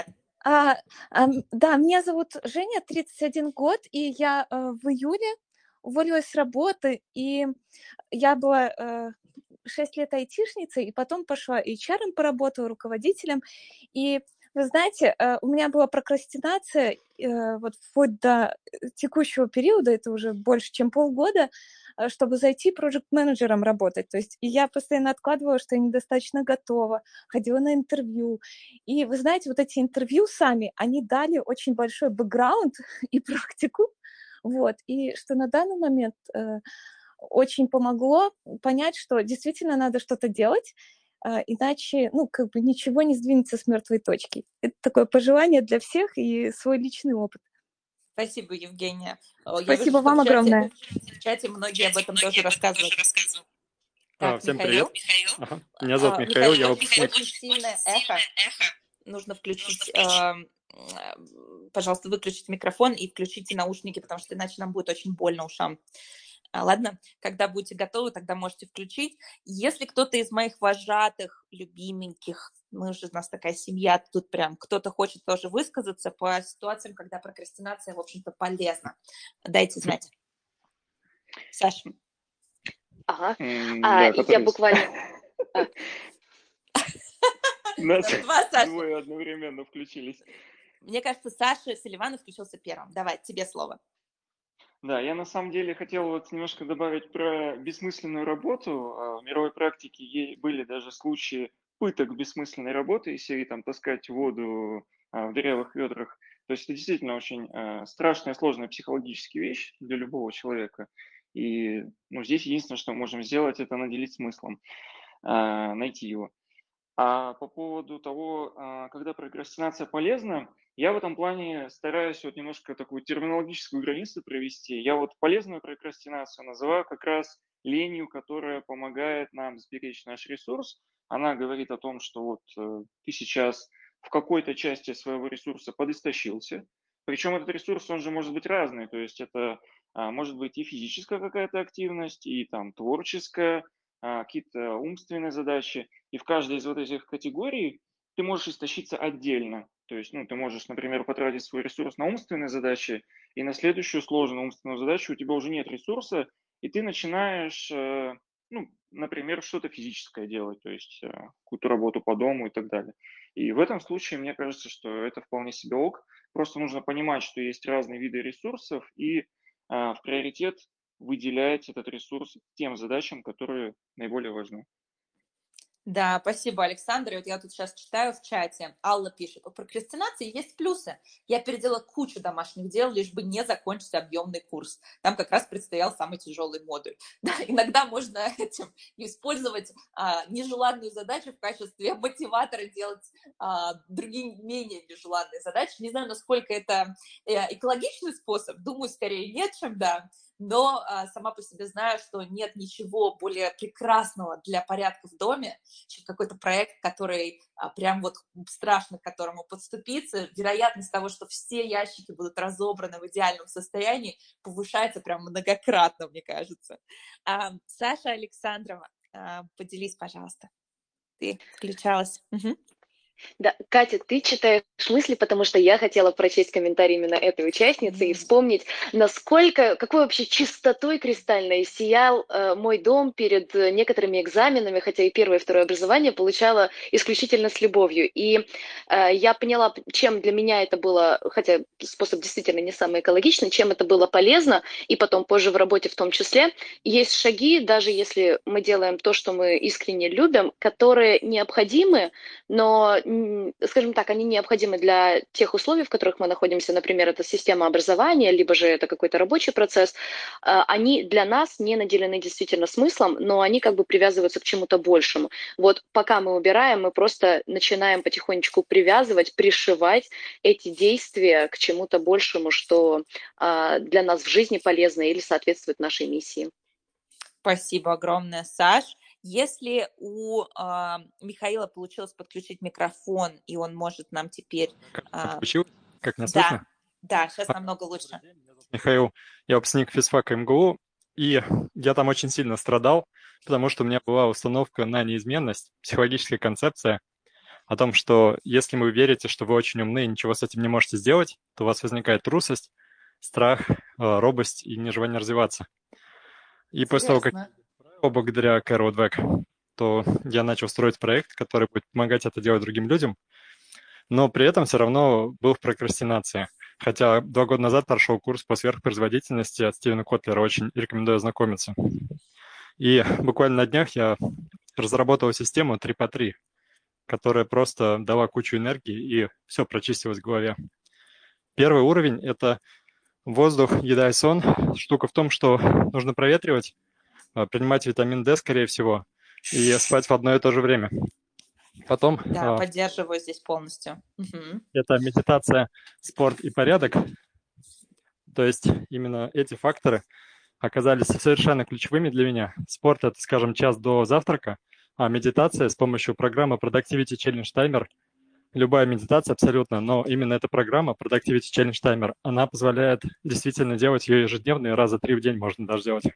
Да, меня зовут Женя, 31 год, и я в июле уволилась с работы, и я была 6 лет айтишницей, и потом пошла HR поработала, руководителем, и вы знаете, у меня была прокрастинация вот вплоть до текущего периода, это уже больше, чем полгода, чтобы зайти проект-менеджером работать. То есть и я постоянно откладывала, что я недостаточно готова, ходила на интервью. И вы знаете, вот эти интервью сами, они дали очень большой бэкграунд и практику. Вот. И что на данный момент очень помогло понять, что действительно надо что-то делать, иначе, ну, как бы ничего не сдвинется с мертвой точки. Это такое пожелание для всех и свой личный опыт. Спасибо, Евгения. Спасибо вам огромное. В чате многие об этом тоже рассказывают. Так, Всем Михаил. привет. Ага. Меня зовут Михаил, я выпускник. Очень сильное эхо. Нужно включить, пожалуйста, выключите микрофон и включите наушники, потому что иначе нам будет очень больно ушам. Ладно, когда будете готовы, тогда можете включить. Если кто-то из моих вожатых, любименьких, мы уже, у нас такая семья, тут прям кто-то хочет тоже высказаться по ситуациям, когда прокрастинация, в общем-то, полезна, дайте знать. Саша. Ага. Да, Я буквально... Нас двое одновременно включились. Мне кажется, Саша Селиванов включился первым. Давай, тебе слово. Да, я на самом деле хотел вот немножко добавить про бессмысленную работу. В мировой практике были даже случаи пыток бессмысленной работы, из серии там таскать воду в дырявых ведрах. То есть это действительно очень страшная, сложная психологическая вещь для любого человека. И здесь единственное, что мы можем сделать, это наделить смыслом, найти его. А по поводу того, когда прокрастинация полезна, я в этом плане стараюсь вот немножко такую терминологическую границу провести. Я вот полезную прокрастинацию называю как раз ленью, которая помогает нам сберечь наш ресурс. Она говорит о том, что вот ты сейчас в какой-то части своего ресурса подистощился. Причем этот ресурс, он же может быть разный. То есть это может быть и физическая какая-то активность, и там творческая, какие-то умственные задачи. И в каждой из вот этих категорий ты можешь истощиться отдельно. То есть, ты можешь, например, потратить свой ресурс на умственные задачи, и на следующую сложную умственную задачу у тебя уже нет ресурса, и ты начинаешь, например, что-то физическое делать, то есть какую-то работу по дому и так далее. И в этом случае мне кажется, что это вполне себе ок. Просто нужно понимать, что есть разные виды ресурсов, и в приоритет выделять этот ресурс тем задачам, которые наиболее важны. Да, спасибо, Александр. И вот я тут сейчас читаю в чате. Алла пишет: у прокрастинации есть плюсы. Я переделала кучу домашних дел, лишь бы не закончить объемный курс. Там как раз предстоял самый тяжелый модуль. Да, иногда можно этим использовать нежеланную задачу в качестве мотиватора делать другие менее нежеланные задачи. Не знаю, насколько это экологичный способ. Думаю, скорее нет, чем да. Но сама по себе знаю, что нет ничего более прекрасного для порядка в доме, чем какой-то проект, который прям вот страшно к которому подступиться. Вероятность того, что все ящики будут разобраны в идеальном состоянии, повышается прям многократно, мне кажется. Саша Александрова, поделись, пожалуйста. Ты включалась. Угу. Да, Катя, ты читаешь мысли, потому что я хотела прочесть комментарий именно этой участницы и вспомнить, какой вообще чистотой кристальной сиял мой дом перед некоторыми экзаменами, хотя и первое и второе образование получала исключительно с любовью. И я поняла, чем для меня это было, хотя способ действительно не самый экологичный, чем это было полезно, и потом позже в работе в том числе. Есть шаги, даже если мы делаем то, что мы искренне любим, которые необходимы, но, скажем так, они необходимы для тех условий, в которых мы находимся, например, это система образования, либо же это какой-то рабочий процесс. Они для нас не наделены действительно смыслом, но они как бы привязываются к чему-то большему. Вот пока мы убираем, мы просто начинаем потихонечку привязывать, пришивать эти действия к чему-то большему, что для нас в жизни полезно или соответствует нашей миссии. Спасибо огромное, Саш. Если у Михаила получилось подключить микрофон, и он может нам теперь... Получилось? Как меня слышно? Да, сейчас намного лучше. Михаил, я выпускник физфака МГУ, и я там очень сильно страдал, потому что у меня была установка на неизменность, психологическая концепция о том, что если вы верите, что вы очень умны и ничего с этим не можете сделать, то у вас возникает трусость, страх, робость и нежелание развиваться. И после того, как благодаря Кэрол Двек, то я начал строить проект, который будет помогать это делать другим людям, но при этом все равно был в прокрастинации. Хотя 2 года назад прошел курс по сверхпроизводительности от Стивена Котлера, очень рекомендую ознакомиться. И буквально на днях я разработал систему 3 по 3, которая просто дала кучу энергии и все прочистилось в голове. Первый уровень – это воздух, еда и сон. Штука в том, что нужно проветривать, принимать витамин D, скорее всего, и спать в одно и то же время. Потом... Да, поддерживаю здесь полностью. Это медитация, спорт и порядок. То есть именно эти факторы оказались совершенно ключевыми для меня. Спорт – это, скажем, час до завтрака, а медитация с помощью программы Productivity Challenge Timer, любая медитация абсолютно, но именно эта программа Productivity Challenge Timer, она позволяет действительно делать ее ежедневно, и раза 3 в день можно даже делать.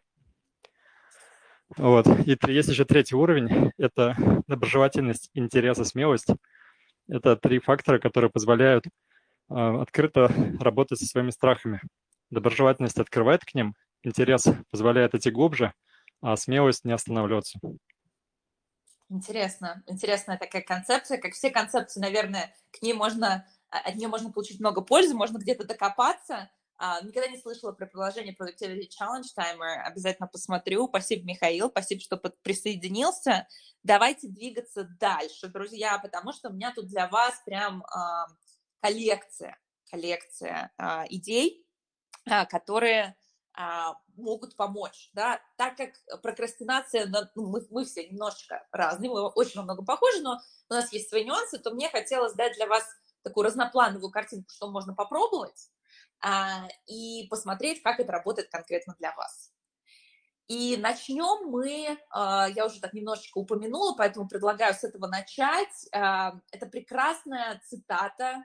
Вот. И есть еще 3-й уровень – это доброжелательность, интерес и смелость. Это 3 фактора, которые позволяют открыто работать со своими страхами. Доброжелательность открывает к ним, интерес позволяет идти глубже, а смелость не останавливаться. Интересно. Интересная такая концепция. Как все концепции, наверное, от нее можно получить много пользы, можно где-то докопаться. Никогда не слышала про приложение Productivity Challenge Timer. Обязательно посмотрю. Спасибо, Михаил. Спасибо, что присоединился. Давайте двигаться дальше, друзья, потому что у меня тут для вас прям коллекция идей, которые могут помочь, да, так как прокрастинация, мы все немножечко разные, мы очень во многом похожи, но у нас есть свои нюансы, то мне хотелось дать для вас такую разноплановую картинку, что можно попробовать, и посмотреть, как это работает конкретно для вас. И начнем мы, я уже так немножечко упомянула, поэтому предлагаю с этого начать. Это прекрасная цитата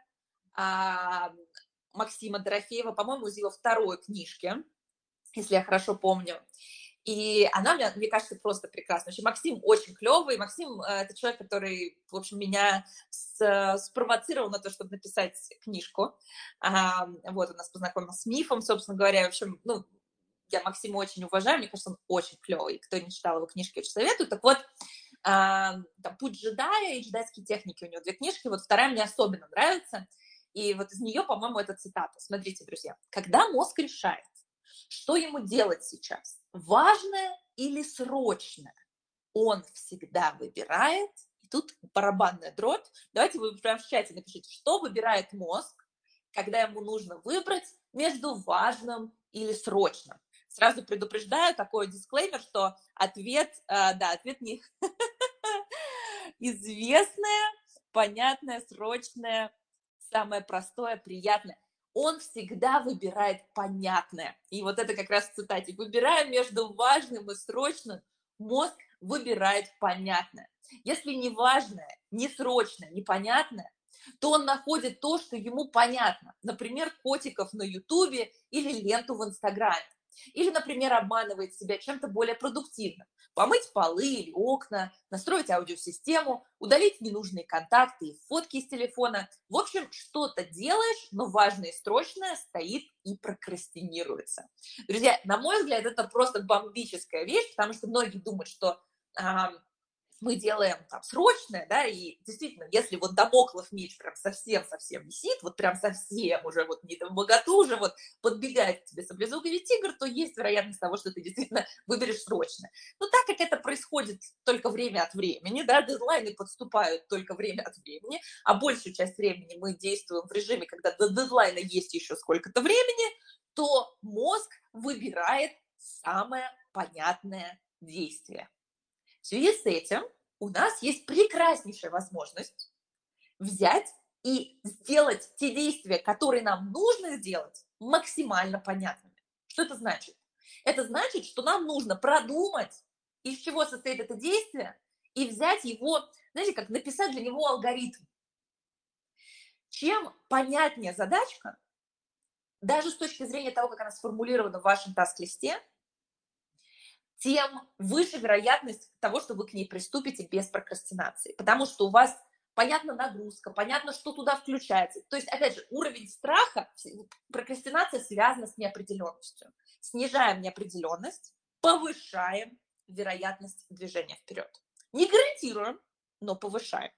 Максима Дорофеева, по-моему, из его 2-й книжки, если я хорошо помню. И она, мне кажется, просто прекрасна. В общем, Максим очень клевый. Максим – это человек, который, в общем, меня спровоцировал на то, чтобы написать книжку. Вот, он нас познакомил с Мифом, собственно говоря. В общем, ну, я Максима очень уважаю, мне кажется, он очень клевый. Кто не читал его книжки, очень советую. Так вот, там, «Путь джедая» и «Джедайские техники» у него 2 книжки. Вот вторая мне особенно нравится. И вот из нее, по-моему, это цитата. Смотрите, друзья. Когда мозг решает, что ему делать сейчас, важное или срочное, он всегда выбирает, и тут барабанная дробь. Давайте вы прямо в чате напишите, что выбирает мозг, когда ему нужно выбрать между важным или срочным. Сразу предупреждаю, такой дисклеймер, что ответ не известное, понятное, срочное, самое простое, приятное. Он всегда выбирает понятное. И вот это как раз в цитате. Выбирая между важным и срочным, мозг выбирает понятное. Если не важное, не срочное, непонятное, то он находит то, что ему понятно. Например, котиков на Ютубе или ленту в Инстаграме. Или, например, обманывает себя чем-то более продуктивным. Помыть полы или окна, настроить аудиосистему, удалить ненужные контакты и фотки из телефона. В общем, что-то делаешь, но важное и срочное стоит и прокрастинируется. Друзья, на мой взгляд, это просто бомбическая вещь, потому что многие думают, что мы делаем там срочное, да, и действительно, если вот дамоклов меч прям совсем-совсем висит, вот прям совсем уже вот не в богату уже вот подбегает к тебе саблезубый тигр, то есть вероятность того, что ты действительно выберешь срочное. Но так как это происходит только время от времени, да, дедлайны подступают только время от времени, а большую часть времени мы действуем в режиме, когда до дедлайна есть еще сколько-то времени, то мозг выбирает самое понятное действие. В связи с этим у нас есть прекраснейшая возможность взять и сделать те действия, которые нам нужно сделать, максимально понятными. Что это значит? Это значит, что нам нужно продумать, из чего состоит это действие, и взять его, знаете, как написать для него алгоритм. Чем понятнее задачка, даже с точки зрения того, как она сформулирована в вашем таск-листе, тем выше вероятность того, что вы к ней приступите без прокрастинации. Потому что у вас понятна нагрузка, понятно, что туда включается. То есть, опять же, уровень страха, прокрастинация связана с неопределенностью. Снижаем неопределенность, повышаем вероятность движения вперед. Не гарантируем, но повышаем.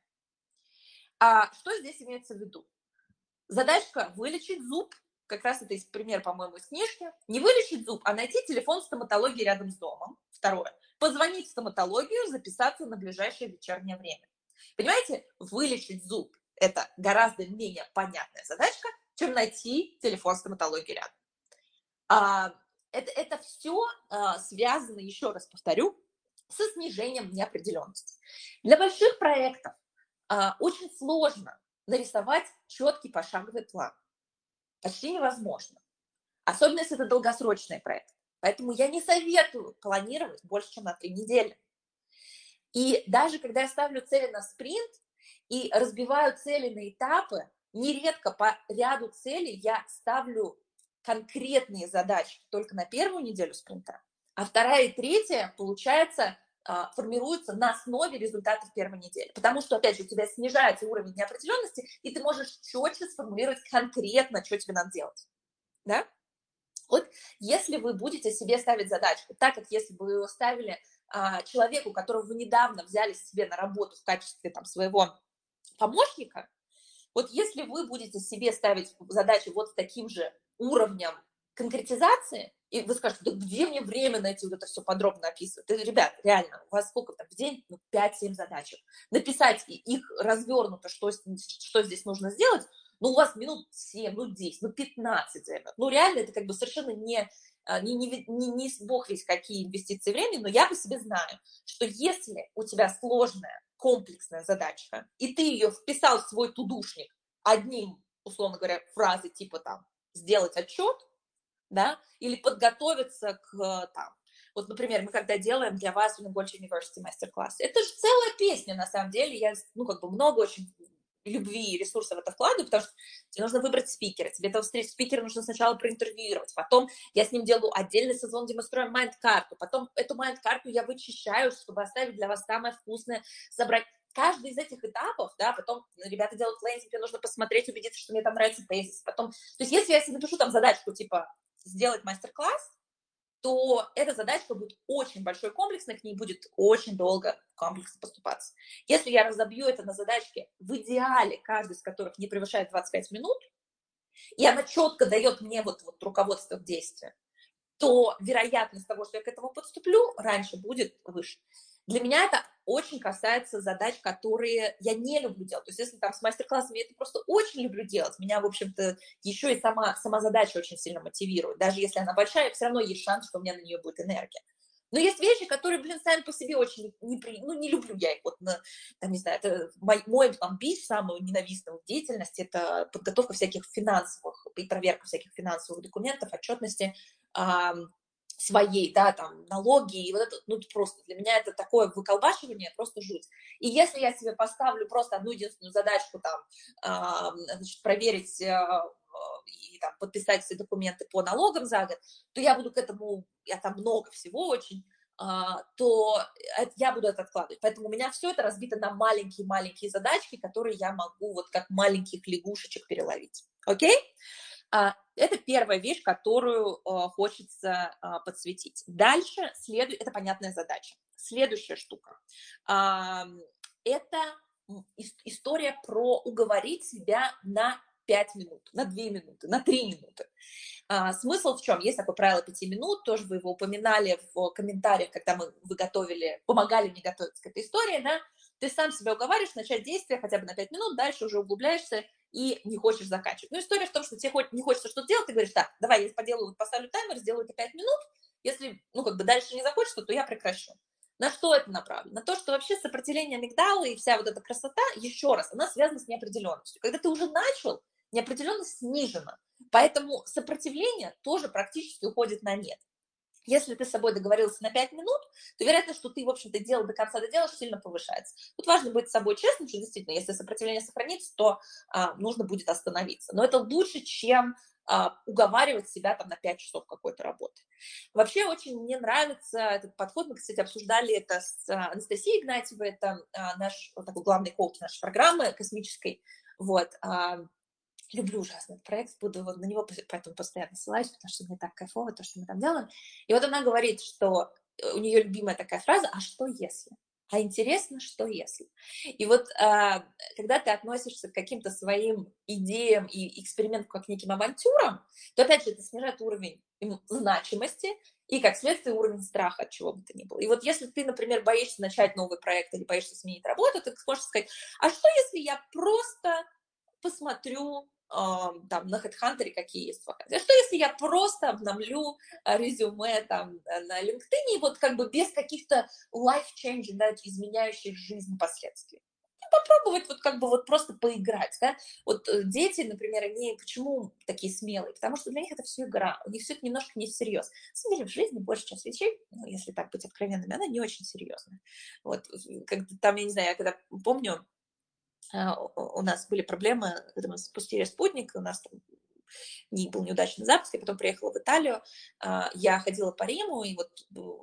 А что здесь имеется в виду? Задачка вылечить зуб. Как раз это пример, по-моему, из книжки. Не вылечить зуб, а найти телефон стоматологии рядом с домом. Второе. Позвонить в стоматологию, записаться на ближайшее вечернее время. Понимаете, вылечить зуб – это гораздо менее понятная задачка, чем найти телефон стоматологии рядом. Это все связано, еще раз повторю, со снижением неопределенности. Для больших проектов очень сложно нарисовать четкий пошаговый план. Почти невозможно. Особенно, если это долгосрочный проект. Поэтому я не советую планировать больше, чем на 3 недели. И даже когда я ставлю цели на спринт и разбиваю цели на этапы, нередко по ряду целей я ставлю конкретные задачи только на 1-ю неделю спринта, а 2-я и 3-я, получается, формируются на основе результатов 1-й недели. Потому что, опять же, у тебя снижается уровень неопределенности, и ты можешь четче сформулировать конкретно, что тебе надо делать. Да? Вот если вы будете себе ставить задачку, так как если бы вы его ставили человеку, которого вы недавно взяли себе на работу в качестве там, своего помощника, вот если вы будете себе ставить задачи вот с таким же уровнем конкретизации, и вы скажете, да где мне время найти вот это все подробно описывать? Ребят, реально, у вас сколько там в день? 5-7 задачек. Написать их развернуто, что здесь нужно сделать, у вас минут 7, 10, 15 займет. Реально, это как бы совершенно не бог весь какие инвестиции времени, но я по себе знаю, что если у тебя сложная, комплексная задача, и ты ее вписал в свой тудушник одним, условно говоря, фразой типа там «сделать отчет», да, или подготовиться к там. Вот, например, мы когда делаем для вас в Linguage University мастер-класс, это же целая песня, на самом деле, я, много очень любви и ресурсов в это вкладываю, потому что тебе нужно выбрать спикера, тебе этого спикера нужно сначала проинтервьюировать, потом я с ним делаю отдельный сезон, где мы строим майнд-карту, потом эту майнд-карту я вычищаю, чтобы оставить для вас самое вкусное, собрать. Каждый из этих этапов, да, потом ребята делают лендинг, мне нужно посмотреть, убедиться, что мне там нравится тезис, потом, то есть если я себе напишу там задачку, типа, сделать мастер-класс, то эта задачка будет очень большой комплексной, к ней будет очень долго комплексно поступаться. Если я разобью это на задачки, в идеале, каждый из которых не превышает 25 минут, и она четко дает мне вот руководство к действию, то вероятность того, что я к этому подступлю, раньше будет выше. Для меня это очень касается задач, которые я не люблю делать. То есть если там с мастер-классами я это просто очень люблю делать, меня, в общем-то, еще и сама задача очень сильно мотивирует. Даже если она большая, все равно есть шанс, что у меня на нее будет энергия. Но есть вещи, которые, сами по себе очень не люблю я их. Вот, там, не знаю, это мой там бич самый ненавистный в деятельности, это подготовка всяких финансовых и проверка всяких финансовых документов, отчетности, своей, да, там, налоги, и вот это, просто для меня это такое выколбашивание, просто жуть. И если я себе поставлю просто одну единственную задачку, там, значит, проверить и там, подписать все документы по налогам за год, то я буду к этому, там много всего очень, то я буду это откладывать. Поэтому у меня все это разбито на маленькие-маленькие задачки, которые я могу вот как маленьких лягушечек переловить. Окей? Это первая вещь, которую хочется подсветить. Дальше это понятная задача. Следующая штука. Это история про уговорить себя на 5 минут, на 2 минуты, на 3 минуты. Смысл в чем? Есть такое правило 5 минут, тоже вы его упоминали в комментариях, когда вы помогали мне готовиться к этой истории, да? Ты сам себя уговариваешь начать действие хотя бы на 5 минут, дальше уже углубляешься и не хочешь заканчивать. Но история в том, что тебе не хочется что-то делать, ты говоришь, так, давай я поставлю таймер, сделаю это 5 минут, если, дальше не захочется, то я прекращу. На что это направлено? На то, что вообще сопротивление амигдалы и вся вот эта красота, еще раз, она связана с неопределенностью. Когда ты уже начал, неопределенность снижена, поэтому сопротивление тоже практически уходит на нет. Если ты с собой договорился на 5 минут, то вероятность, что ты, в общем-то, дело до конца доделаешь, сильно повышается. Тут важно быть с собой честным, что действительно, если сопротивление сохранится, то нужно будет остановиться. Но это лучше, чем уговаривать себя там на 5 часов какой-то работы. Вообще очень мне нравится этот подход. Мы, кстати, обсуждали это с Анастасией Игнатьевой, это наш такой главный коуч нашей программы космической. Вот. Люблю ужасно этот проект, буду на него поэтому постоянно ссылаюсь, потому что мне так кайфово то, что мы там делаем. И вот она говорит, что у нее любимая такая фраза: «А что если?» А интересно, что если? И вот когда ты относишься к каким-то своим идеям и экспериментам как к неким авантюрам, то, опять же, это снижает уровень значимости и, как следствие, уровень страха от чего бы то ни было. И вот если ты, например, боишься начать новый проект или боишься сменить работу, ты сможешь сказать: а что если я просто посмотрю там на HeadHunter какие есть вакансии. А что если я просто обновлю резюме там на LinkedIn и вот как бы без каких-то life-changing, да, изменяющих жизнь последствий? Попробовать вот как бы вот просто поиграть, да. Вот дети, например, они почему такие смелые? Потому что для них это все игра, у них все это немножко не всерьез. На самом деле в жизни большая часть вещей, если так быть откровенными, она не очень серьезная. Вот, там, я не знаю, я когда помню, у нас были проблемы, когда мы спустили спутник, у нас там был неудачный запуск, я потом приехала в Италию, я ходила по Риму, и вот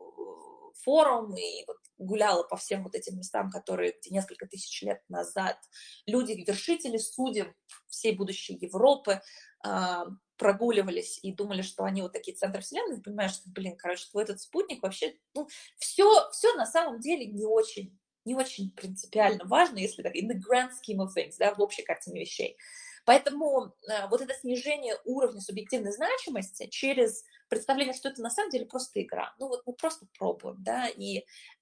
форум, и вот гуляла по всем вот этим местам, которые несколько тысяч лет назад люди, вершители судеб всей будущей Европы прогуливались и думали, что они вот такие центры вселенной, и понимаешь, что, твой этот спутник вообще, все на самом деле не очень принципиально важно, если так, in the grand scheme of things, да, в общей картине вещей. Поэтому вот это снижение уровня субъективной значимости через представление, что это на самом деле просто игра. Мы просто пробуем, да, и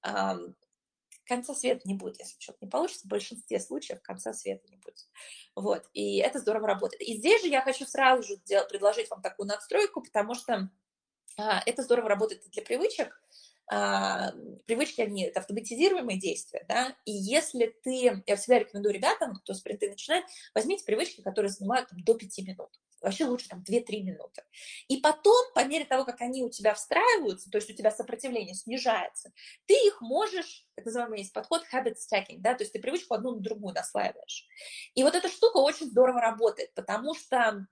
конца света не будет, если что-то не получится. В большинстве случаев конца света не будет. Вот, и это здорово работает. И здесь же я хочу сразу же предложить вам такую надстройку, потому что это здорово работает для привычек. привычки, они это автоматизируемые действия, да, и если я всегда рекомендую ребятам, кто спринты начинает, возьмите привычки, которые занимают до 5 минут. Вообще лучше 2-3 минуты. И потом, по мере того, как они у тебя встраиваются, то есть у тебя сопротивление снижается, ты их можешь, так называемый есть подход habit stacking, да, то есть ты привычку одну на другую наслаиваешь. И вот эта штука очень здорово работает, потому что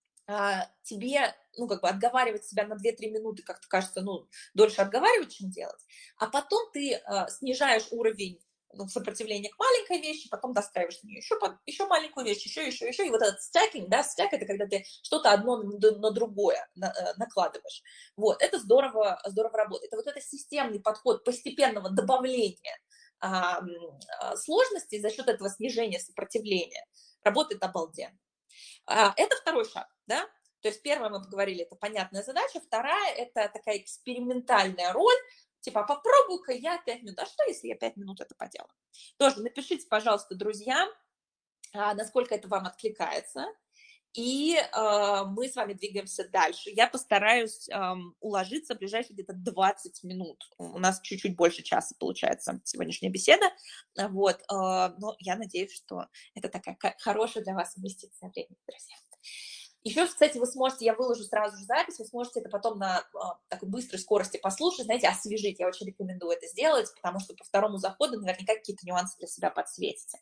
тебе, отговаривать себя на 2-3 минуты, как-то кажется, дольше отговаривать, чем делать, а потом ты снижаешь уровень сопротивления к маленькой вещи, потом достраиваешь на нее еще маленькую вещь, еще, и вот этот стакинг, да, стак — это когда ты что-то одно на другое накладываешь. Вот, это здорово работает. Вот это системный подход постепенного добавления сложностей за счет этого снижения сопротивления работает обалденно. Это второй шаг, да, то есть первое мы поговорили, это понятная задача, вторая — это такая экспериментальная роль, типа, попробую-ка я 5 минут, а что, если я 5 минут это поделаю? Тоже напишите, пожалуйста, друзья, насколько это вам откликается, и мы с вами двигаемся дальше. Я постараюсь уложиться в ближайшие где-то 20 минут. У нас чуть-чуть больше часа получается сегодняшняя беседа, вот, но я надеюсь, что это такая хорошая для вас инвестиция времени, друзья. Еще, кстати, вы сможете, я выложу сразу же запись, вы сможете это потом на такой быстрой скорости послушать, знаете, освежить. Я очень рекомендую это сделать, потому что по второму заходу наверняка какие-то нюансы для себя подсветите.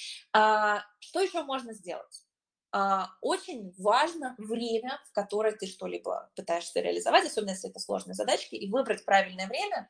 Что еще можно сделать? Очень важно время, в которое ты что-либо пытаешься реализовать, особенно если это сложные задачки, и выбрать правильное время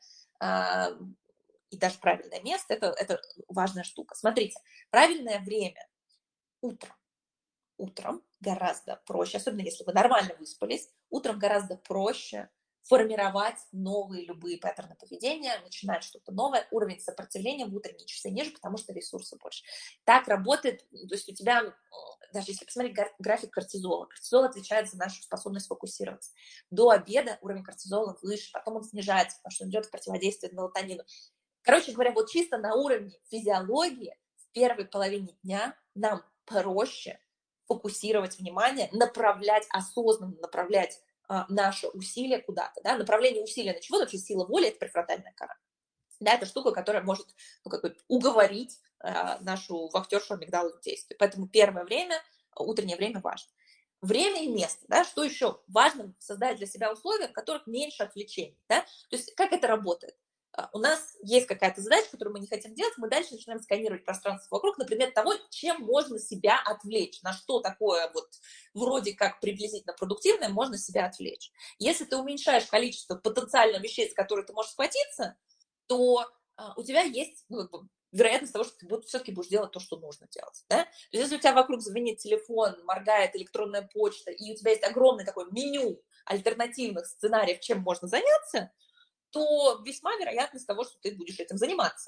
и даже правильное место – это важная штука. Смотрите, правильное время утром. Утром гораздо проще, особенно если вы нормально выспались, утром гораздо проще формировать новые любые паттерны поведения, начинать что-то новое, уровень сопротивления в утренние часы ниже, потому что ресурса больше. Так работает, то есть у тебя, даже если посмотреть график кортизола отвечает за нашу способность фокусироваться. До обеда уровень кортизола выше, потом он снижается, потому что он идет в противодействие мелатонину. Короче говоря, вот чисто на уровне физиологии в первой половине дня нам проще фокусировать внимание, осознанно направлять наши усилия куда-то. Да? Направление усилия на чего? Вообще сила воли – это префронтальная кора. Да, это штука, которая может уговорить нашу вахтершу амигдалу в действии. Поэтому первое время, утреннее время важно. Время и место. Да? Что еще? Важно создать для себя условия, в которых меньше отвлечений. Да? То есть как это работает? У нас есть какая-то задача, которую мы не хотим делать, мы дальше начинаем сканировать пространство вокруг, например, того, чем можно себя отвлечь, на что такое вот вроде как приблизительно продуктивное можно себя отвлечь. Если ты уменьшаешь количество потенциально вещей, с которых ты можешь схватиться, то у тебя есть вероятность того, что ты все-таки будешь делать то, что нужно делать. Да? То есть если у тебя вокруг звонит телефон, моргает электронная почта, и у тебя есть огромное такое меню альтернативных сценариев, чем можно заняться, то весьма вероятность того, что ты будешь этим заниматься.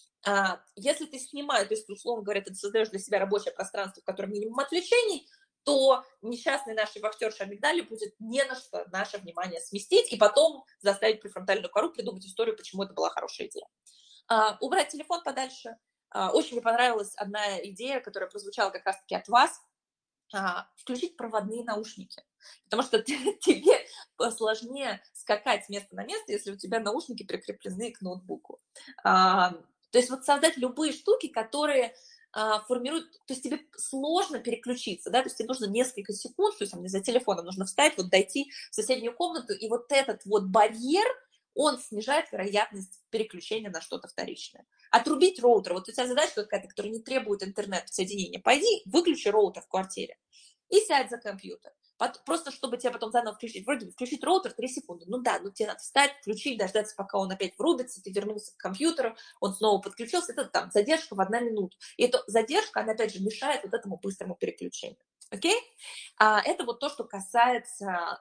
Если ты снимаешь, то есть, условно говоря, ты создаешь для себя рабочее пространство, в котором минимум отвлечений, то несчастной нашей вахтерши амигдали будет не на что наше внимание сместить и потом заставить префронтальную кору придумать историю, почему это была хорошая идея. Убрать телефон подальше. Очень мне понравилась одна идея, которая прозвучала как раз-таки от вас. Включить проводные наушники. Потому что тебе сложнее скакать с места на место, если у тебя наушники прикреплены к ноутбуку. То есть вот создать любые штуки, которые формируют, то есть тебе сложно переключиться, да, то есть тебе нужно несколько секунд, то есть за телефоном нужно встать, вот дойти в соседнюю комнату, и вот этот вот барьер, он снижает вероятность переключения на что-то вторичное. Отрубить роутер. Вот у тебя задача какая-то, которая не требует интернет-соединения. Пойди, выключи роутер в квартире и сядь за компьютер. Просто чтобы тебя потом заново включить. Вроде бы включить роутер 3 секунды. Тебе надо встать, включить, дождаться, пока он опять врубится, ты вернулся к компьютеру, он снова подключился. Это там задержка в 1 минуту. И эта задержка, она опять же мешает вот этому быстрому переключению. Окей? Это вот то, что касается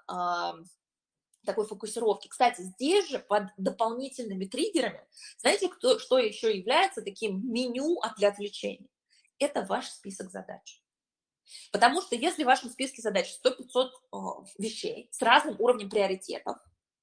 такой фокусировки. Кстати, здесь же под дополнительными триггерами, знаете, что еще является таким меню для отвлечения? Это ваш список задач. Потому что если в вашем списке задач 100-500 вещей с разным уровнем приоритетов,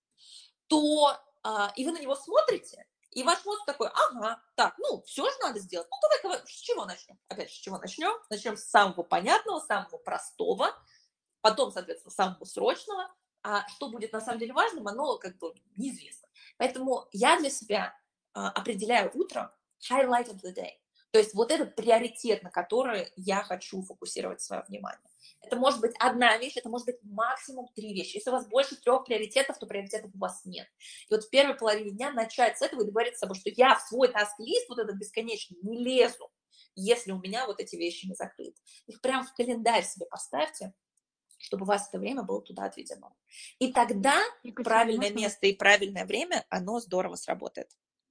то и вы на него смотрите, и ваш мозг такой, все же надо сделать. Давай, с чего начнем? Опять же, с чего начнем? Начнем с самого понятного, самого простого, потом, соответственно, самого срочного. А что будет на самом деле важным, оно неизвестно. Поэтому я для себя определяю утро highlight of the day. То есть вот этот приоритет, на который я хочу фокусировать свое внимание. Это может быть одна вещь, это может быть максимум 3 вещи. Если у вас больше 3 приоритетов, то приоритетов у вас нет. И вот в первой половине дня начать с этого и договориться с собой, что я в свой таск-лист вот этот бесконечный не лезу, если у меня вот эти вещи не закрыты. Их прям в календарь себе поставьте, чтобы у вас это время было туда отведено. И тогда Екатерина, правильное можно место и правильное время, оно здорово сработает.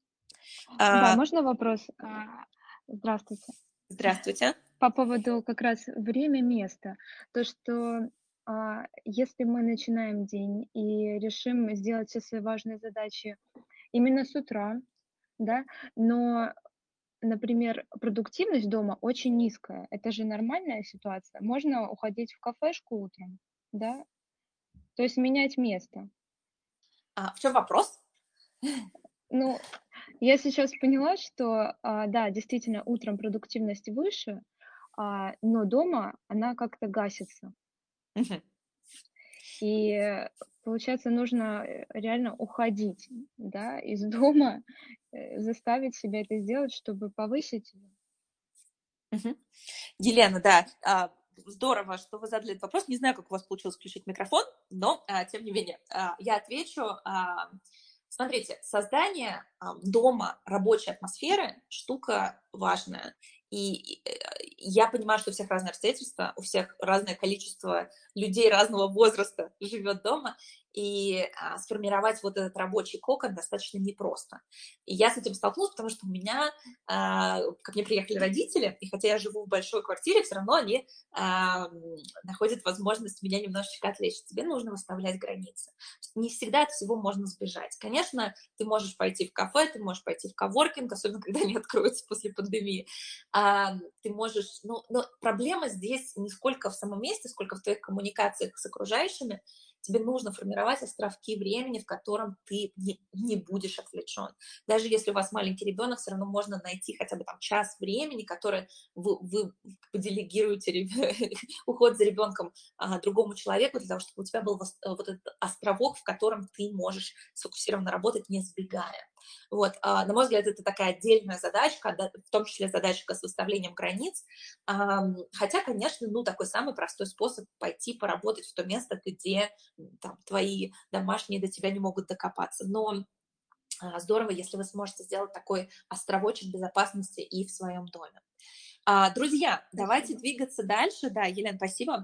Да, можно вопрос? Здравствуйте. Здравствуйте. По поводу как раз время-место. То, что если мы начинаем день и решим сделать все свои важные задачи именно с утра, да, но, например, продуктивность дома очень низкая. Это же нормальная ситуация. Можно уходить в кафешку утром, да, то есть менять место. В чем вопрос? Ну, я сейчас поняла, что, да, действительно, утром продуктивность выше, но дома она как-то гасится. Мгм. И получается, нужно реально уходить, да, из дома, заставить себя это сделать, чтобы повысить её. Мгм. Елена, да, здорово, что вы задали этот вопрос. Не знаю, как у вас получилось включить микрофон, но, тем не менее, я отвечу. Смотрите, создание дома рабочей атмосферы – штука важная. И я понимаю, что у всех разные обстоятельства, у всех разное количество людей разного возраста живет дома, и сформировать вот этот рабочий кокон достаточно непросто. И я с этим столкнулась, потому что у меня, ко мне приехали родители, и хотя я живу в большой квартире, все равно они находят возможность меня немножечко отвлечь. Тебе нужно выставлять границы. Не всегда от всего можно сбежать. Конечно, ты можешь пойти в кафе, ты можешь пойти в коворкинг, особенно когда они откроются после пандемии. Ты можешь... но проблема здесь не сколько в самом месте, сколько в твоих коммуникациях с окружающими. Тебе нужно формировать островки времени, в котором ты не будешь отвлечен. Даже если у вас маленький ребенок, все равно можно найти хотя бы там час времени, который вы делегируете уход за ребенком другому человеку, для того, чтобы у тебя был вот этот островок, в котором ты можешь сфокусированно работать, не сбегая. Вот, на мой взгляд, это такая отдельная задачка, в том числе задачка с выставлением границ. Хотя, конечно, такой самый простой способ пойти поработать в то место, где там твои домашние до тебя не могут докопаться. Но здорово, если вы сможете сделать такой островочек безопасности и в своем доме. Друзья, давайте двигаться дальше. Да, Елена, спасибо.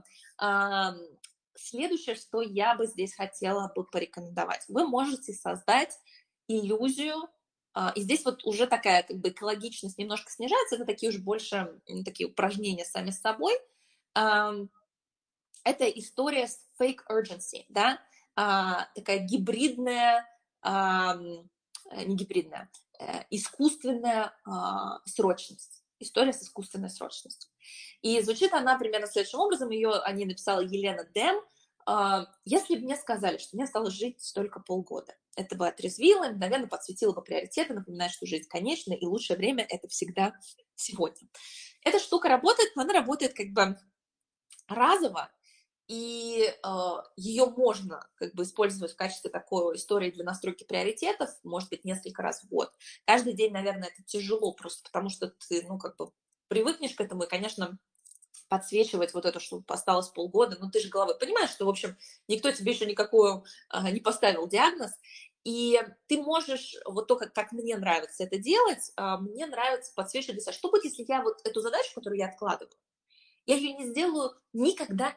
Следующее, что я бы здесь хотела бы порекомендовать. Вы можете создать иллюзию, и здесь вот уже такая как бы экологичность немножко снижается, это такие уже больше такие упражнения сами с собой. Это история с fake urgency, да, такая гибридная, не гибридная, искусственная срочность. История с искусственной срочностью. И звучит она примерно следующим образом. Ее о ней написала Елена Дэм. Если бы мне сказали, что мне осталось жить только полгода, это бы отрезвило, наверное, подсветило бы приоритеты, напоминает, что жизнь конечна, и лучшее время – это всегда сегодня. Эта штука работает, но она работает как бы разово, и ее можно как бы использовать в качестве такой истории для настройки приоритетов, может быть, несколько раз в год. Каждый день, наверное, это тяжело просто потому, что ты, как бы привыкнешь к этому, и, конечно, подсвечивать вот это, что осталось полгода, ты же головой понимаешь, что, в общем, никто тебе еще никакую не поставил диагноз, и ты можешь, вот то, как мне нравится это делать, мне нравится подсвечивать для себя, что будет, если я вот эту задачу, которую я откладываю, я ее не сделаю никогда.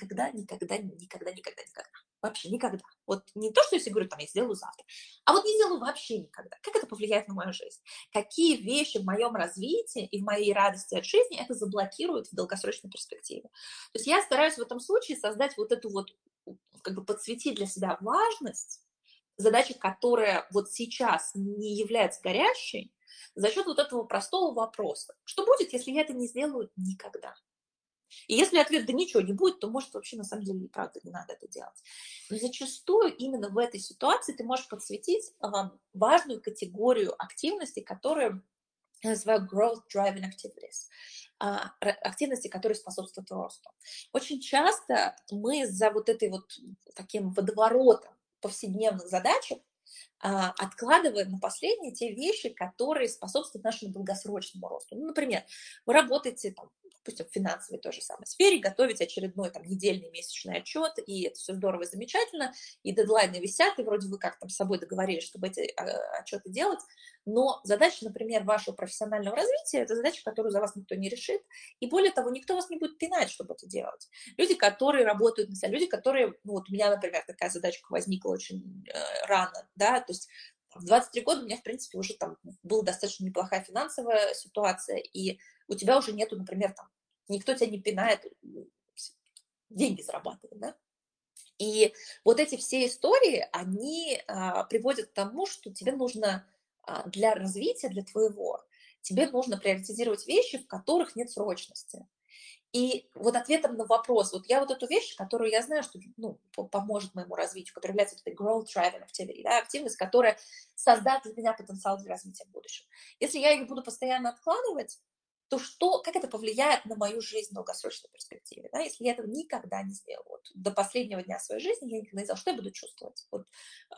Вообще никогда. Вот не то, что я себе говорю, я сделаю завтра, а вот не сделаю вообще никогда. Как это повлияет на мою жизнь? Какие вещи в моем развитии и в моей радости от жизни это заблокирует в долгосрочной перспективе? То есть я стараюсь в этом случае создать вот эту вот, как бы подсветить для себя важность задачи, которая вот сейчас не является горящей, за счет вот этого простого вопроса. Что будет, если я это не сделаю никогда? И если ответ «да ничего не будет», то, может, вообще на самом деле и правда не надо это делать. Но зачастую именно в этой ситуации ты можешь подсветить важную категорию активностей, которые я называю growth-driving activities, активности, которые способствуют росту. Очень часто мы за вот этой вот таким водоворотом повседневных задачек откладываем на последние те вещи, которые способствуют нашему долгосрочному росту. Ну, например, вы работаете, там, допустим, в финансовой той же самой сфере, готовите очередной там, недельный, месячный отчет, и это все здорово и замечательно, и дедлайны висят, и вроде вы как там с собой договорились, чтобы эти отчеты делать, но задача, например, вашего профессионального развития, это задача, которую за вас никто не решит, и более того, никто вас не будет пинать, чтобы это делать. Люди, которые работают на себя, люди, которые, ну, вот у меня, например, такая задачка возникла очень рано, да, то есть в 23 года у меня, в принципе, уже там была достаточно неплохая финансовая ситуация, и у тебя уже нету, например, там, никто тебя не пинает деньги зарабатывать, да. И вот эти все истории, они приводят к тому, что тебе нужно для развития, для твоего, тебе нужно приоритизировать вещи, в которых нет срочности. И вот ответом на вопрос, вот я вот эту вещь, которую я знаю, что ну, поможет моему развитию, которая является этой growth driving activity, да, активность, которая создаст для меня потенциал для развития в будущем. Если я ее буду постоянно откладывать, то что, как это повлияет на мою жизнь в долгосрочной перспективе? Да? Если я этого никогда не сделаю, вот, до последнего дня своей жизни я никогда не знала, что я буду чувствовать. Вот,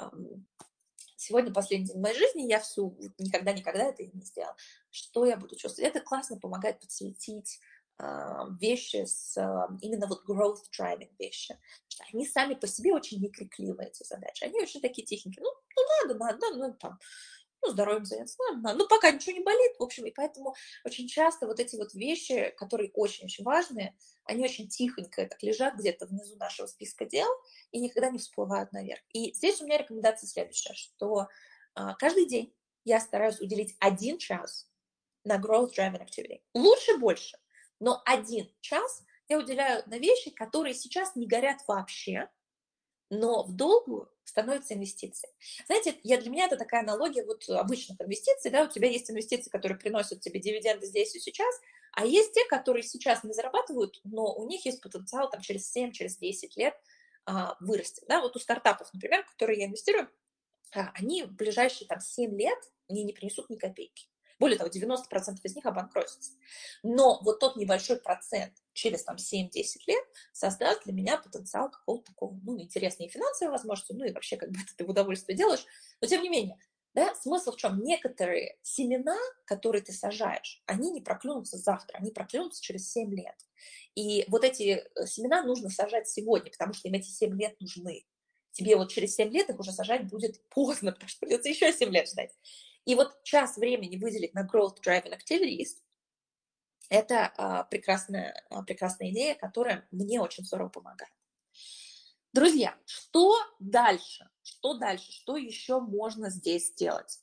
сегодня последний день моей жизни, я всю никогда это не сделала. Что я буду чувствовать? Это классно помогает подсветить вещи именно вот growth driving вещи. Что они сами по себе очень некрикливые, эти задачи. Они очень такие тихенькие. Ну надо, там, ну, здоровьем заняться, надо. Ну, пока ничего не болит, в общем, и поэтому очень часто вот эти вот вещи, которые очень-очень важные, они очень тихонько так лежат где-то внизу нашего списка дел и никогда не всплывают наверх. И здесь у меня рекомендация следующая, что каждый день я стараюсь уделить 1 час на growth driving activity. Лучше больше, но 1 час я уделяю на вещи, которые сейчас не горят вообще, но в долгую становятся инвестицией. Знаете, для меня это такая аналогия вот обычных инвестиций, да, у тебя есть инвестиции, которые приносят тебе дивиденды здесь и сейчас, а есть те, которые сейчас не зарабатывают, но у них есть потенциал там через 7, через 10 лет вырасти, да, вот у стартапов, например, в которые я инвестирую, они в ближайшие там 7 лет мне не принесут ни копейки. Более того, 90% из них обанкротятся. Но вот тот небольшой процент через там 7-10 лет создаст для меня потенциал какого-то такого, ну, интересной финансовой возможности, ну, и вообще как бы это ты в удовольствие делаешь. Но тем не менее, да, смысл в чем? Некоторые семена, которые ты сажаешь, они не проклюнутся завтра, они проклюнутся через 7 лет. И вот эти семена нужно сажать сегодня, потому что им эти 7 лет нужны. Тебе вот через 7 лет их уже сажать будет поздно, потому что придется еще 7 лет ждать. И вот час времени выделить на growth driving activities – это прекрасная идея, которая мне очень здорово помогает. Друзья, что дальше? Что еще можно здесь сделать?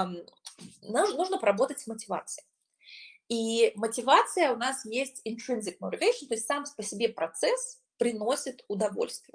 Нужно поработать с мотивацией. И мотивация у нас есть intrinsic motivation, то есть сам по себе процесс приносит удовольствие.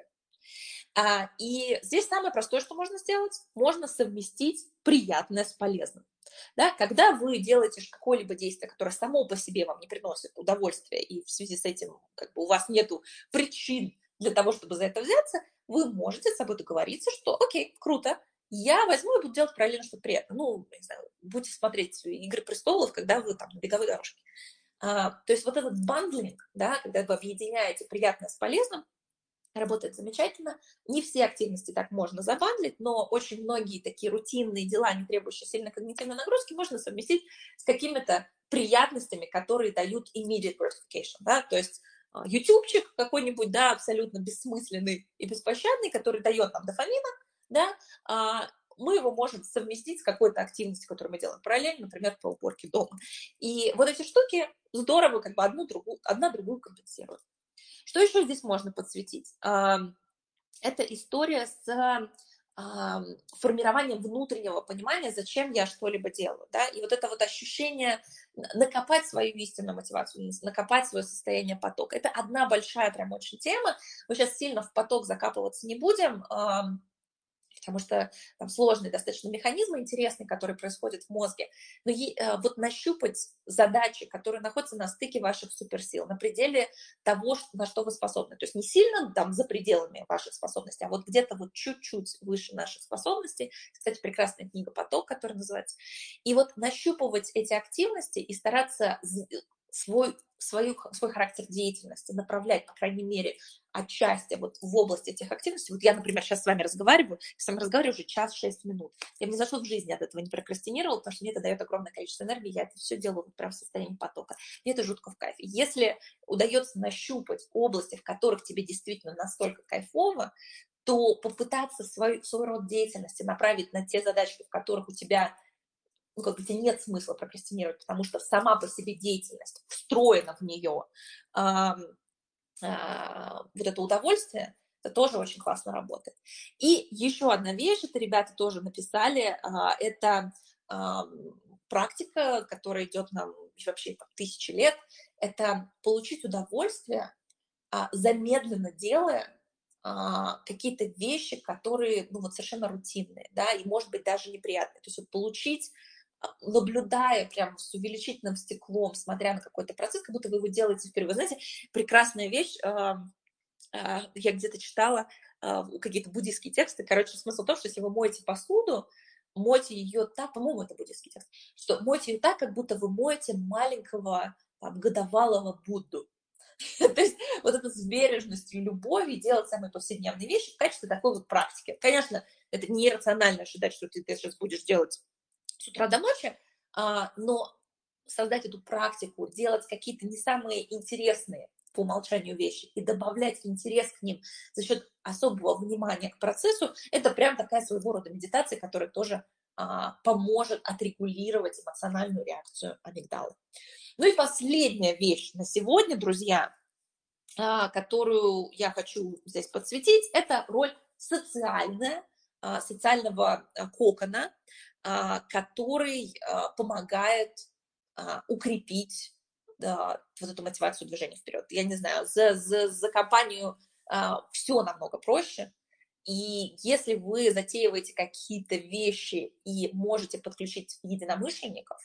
И здесь самое простое, что можно сделать, можно совместить приятное с полезным. Да? Когда вы делаете какое-либо действие, которое само по себе вам не приносит удовольствия, и в связи с этим как бы у вас нет причин для того, чтобы за это взяться, вы можете с собой договориться, что окей, круто, я возьму и буду делать параллельно что-то приятное. Ну, не знаю, будете смотреть «Игры престолов», когда вы там на беговой дорожке. То есть вот этот бандлинг, да, когда вы объединяете приятное с полезным, работает замечательно. Не все активности так можно забандлить, но очень многие такие рутинные дела, не требующие сильной когнитивной нагрузки, можно совместить с какими-то приятностями, которые дают immediate gratification. Да? То есть ютубчик какой-нибудь, да, абсолютно бессмысленный и беспощадный, который дает нам дофамина, да, мы его можем совместить с какой-то активностью, которую мы делаем параллельно, например, по уборке дома. И вот эти штуки здорово как бы одна другую компенсируют. Что еще здесь можно подсветить? Это история с формированием внутреннего понимания, зачем я что-либо делаю. Да? И вот это вот ощущение накопать свою истинную мотивацию, накопать свое состояние потока. Это одна большая прям очень тема. Мы сейчас сильно в поток закапываться не будем, потому что там сложные достаточно механизмы интересные, которые происходят в мозге. Но вот нащупать задачи, которые находятся на стыке ваших суперсил, на пределе того, на что вы способны. То есть не сильно там за пределами ваших способностей, а вот где-то вот чуть-чуть выше наших способностей. Кстати, прекрасная книга «Поток», которая называется. И вот нащупывать эти активности и стараться свой характер деятельности направлять, по крайней мере, отчасти вот в области этих активностей. Вот я, например, сейчас с вами разговариваю уже час 6 минут. Я бы ни за что в жизни от этого не прокрастинировала, потому что мне это дает огромное количество энергии, я это все делаю прямо в состоянии потока. И это жутко в кайф. Если удается нащупать области, в которых тебе действительно настолько кайфово, то попытаться свой род деятельности направить на те задачи, в которых у тебя тебе нет смысла прокрастинировать, потому что сама по себе деятельность встроена в нее, вот это удовольствие, это тоже очень классно работает. И еще одна вещь, это ребята тоже написали, это практика, которая идет нам вообще тысячи лет, это получить удовольствие, замедленно делая какие-то вещи, которые совершенно рутинные, да, и, может быть, даже неприятные. То есть вот получить, наблюдая прямо с увеличительным стеклом, смотря на какой-то процесс, как будто вы его делаете впервые. Вы знаете, прекрасная вещь, я где-то читала какие-то буддийские тексты. Короче, смысл в том, что если вы моете посуду, мойте ее так, по-моему, это буддийский текст, что мойте ее так, как будто вы моете маленького годовалого Будду. То есть вот это с бережностью и любовью делать самые повседневные вещи в качестве такой вот практики. Конечно, это нерационально ожидать, что ты сейчас будешь делать с утра до ночи, но создать эту практику, делать какие-то не самые интересные по умолчанию вещи и добавлять интерес к ним за счет особого внимания к процессу, это прям такая своего рода медитация, которая тоже поможет отрегулировать эмоциональную реакцию амигдалы. Ну и последняя вещь на сегодня, друзья, которую я хочу здесь подсветить, это роль социального кокона, который помогает укрепить вот эту мотивацию движения вперед. Я не знаю, за компанию все намного проще. И если вы затеиваете какие-то вещи и можете подключить единомышленников,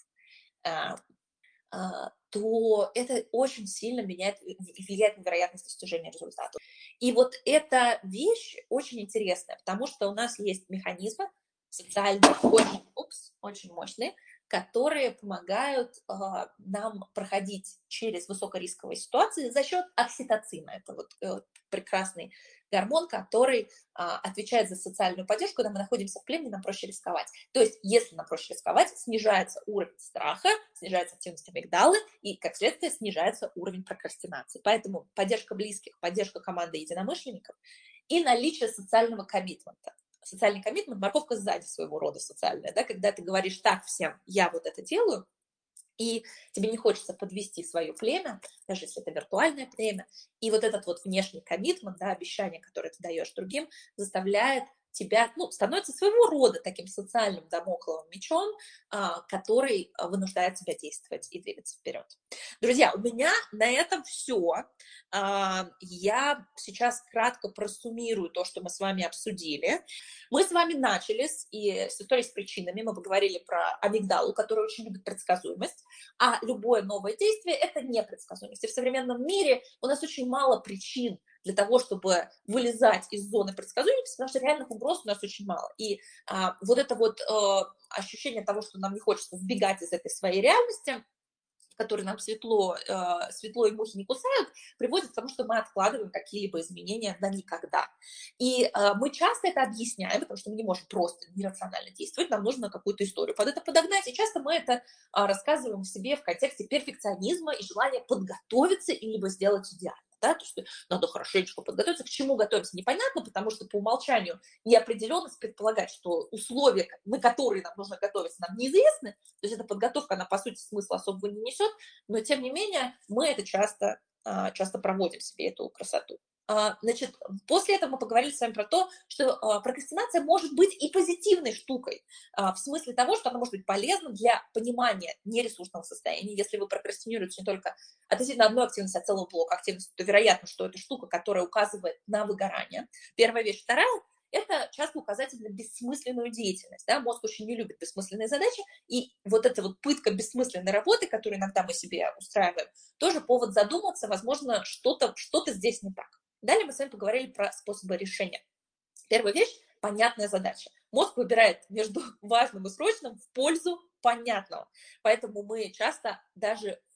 то это очень сильно влияет на вероятность достижения результата. И вот эта вещь очень интересная, потому что у нас есть механизмы социальные, очень мощные, которые помогают нам проходить через высокорисковые ситуации за счет окситоцина. Это вот прекрасный гормон, который отвечает за социальную поддержку, когда мы находимся в плене, нам проще рисковать. То есть, если нам проще рисковать, снижается уровень страха, снижается активность амигдалы, и, как следствие, снижается уровень прокрастинации. Поэтому поддержка близких, поддержка команды единомышленников и наличие социального коммитмента. Социальный коммитмент, морковка сзади своего рода социальная, да, когда ты говоришь так всем, я вот это делаю, и тебе не хочется подвести свое племя, даже если это виртуальное племя, и вот этот вот внешний коммитмент, да, обещание, которое ты даешь другим, заставляет тебя, становится своего рода таким социальным дамокловым мечом, который вынуждает тебя действовать и двигаться вперед. Друзья, у меня на этом все. Я сейчас кратко просуммирую то, что мы с вами обсудили. Мы с вами начали с историей с причинами. Мы поговорили про амигдалу, которая очень любит предсказуемость, а любое новое действие – это непредсказуемость. И в современном мире у нас очень мало причин для того, чтобы вылезать из зоны предсказуемости, потому что реальных угроз у нас очень мало. И вот это вот ощущение того, что нам не хочется сбегать из этой своей реальности, в которой нам светло и мухи не кусают, приводит к тому, что мы откладываем какие-либо изменения на никогда. И мы часто это объясняем, потому что мы не можем просто нерационально действовать, нам нужно какую-то историю под это подогнать, и часто мы это рассказываем себе в контексте перфекционизма и желания подготовиться и либо сделать идеально. Да, то, что надо хорошенечко подготовиться. К чему готовиться, непонятно, потому что по умолчанию неопределенность предполагает, что условия, на которые нам нужно готовиться, нам неизвестны. То есть эта подготовка, она, по сути, смысла особого не несет, но, тем не менее, мы это часто проводим себе, эту красоту. Значит, после этого мы поговорили с вами про то, что прокрастинация может быть и позитивной штукой, в смысле того, что она может быть полезна для понимания нересурсного состояния. Если вы прокрастинируете не только относительно одной активности, а целого блока активности, то вероятно, что это штука, которая указывает на выгорание. Первая вещь. Вторая – это часто указатель на бессмысленную деятельность. Да? Мозг очень не любит бессмысленные задачи, и вот эта вот пытка бессмысленной работы, которую иногда мы себе устраиваем, тоже повод задуматься, возможно, что-то здесь не так. Далее мы с вами поговорили про способы решения. Первая вещь – понятная задача. Мозг выбирает между важным и срочным в пользу понятного. Поэтому мы часто даже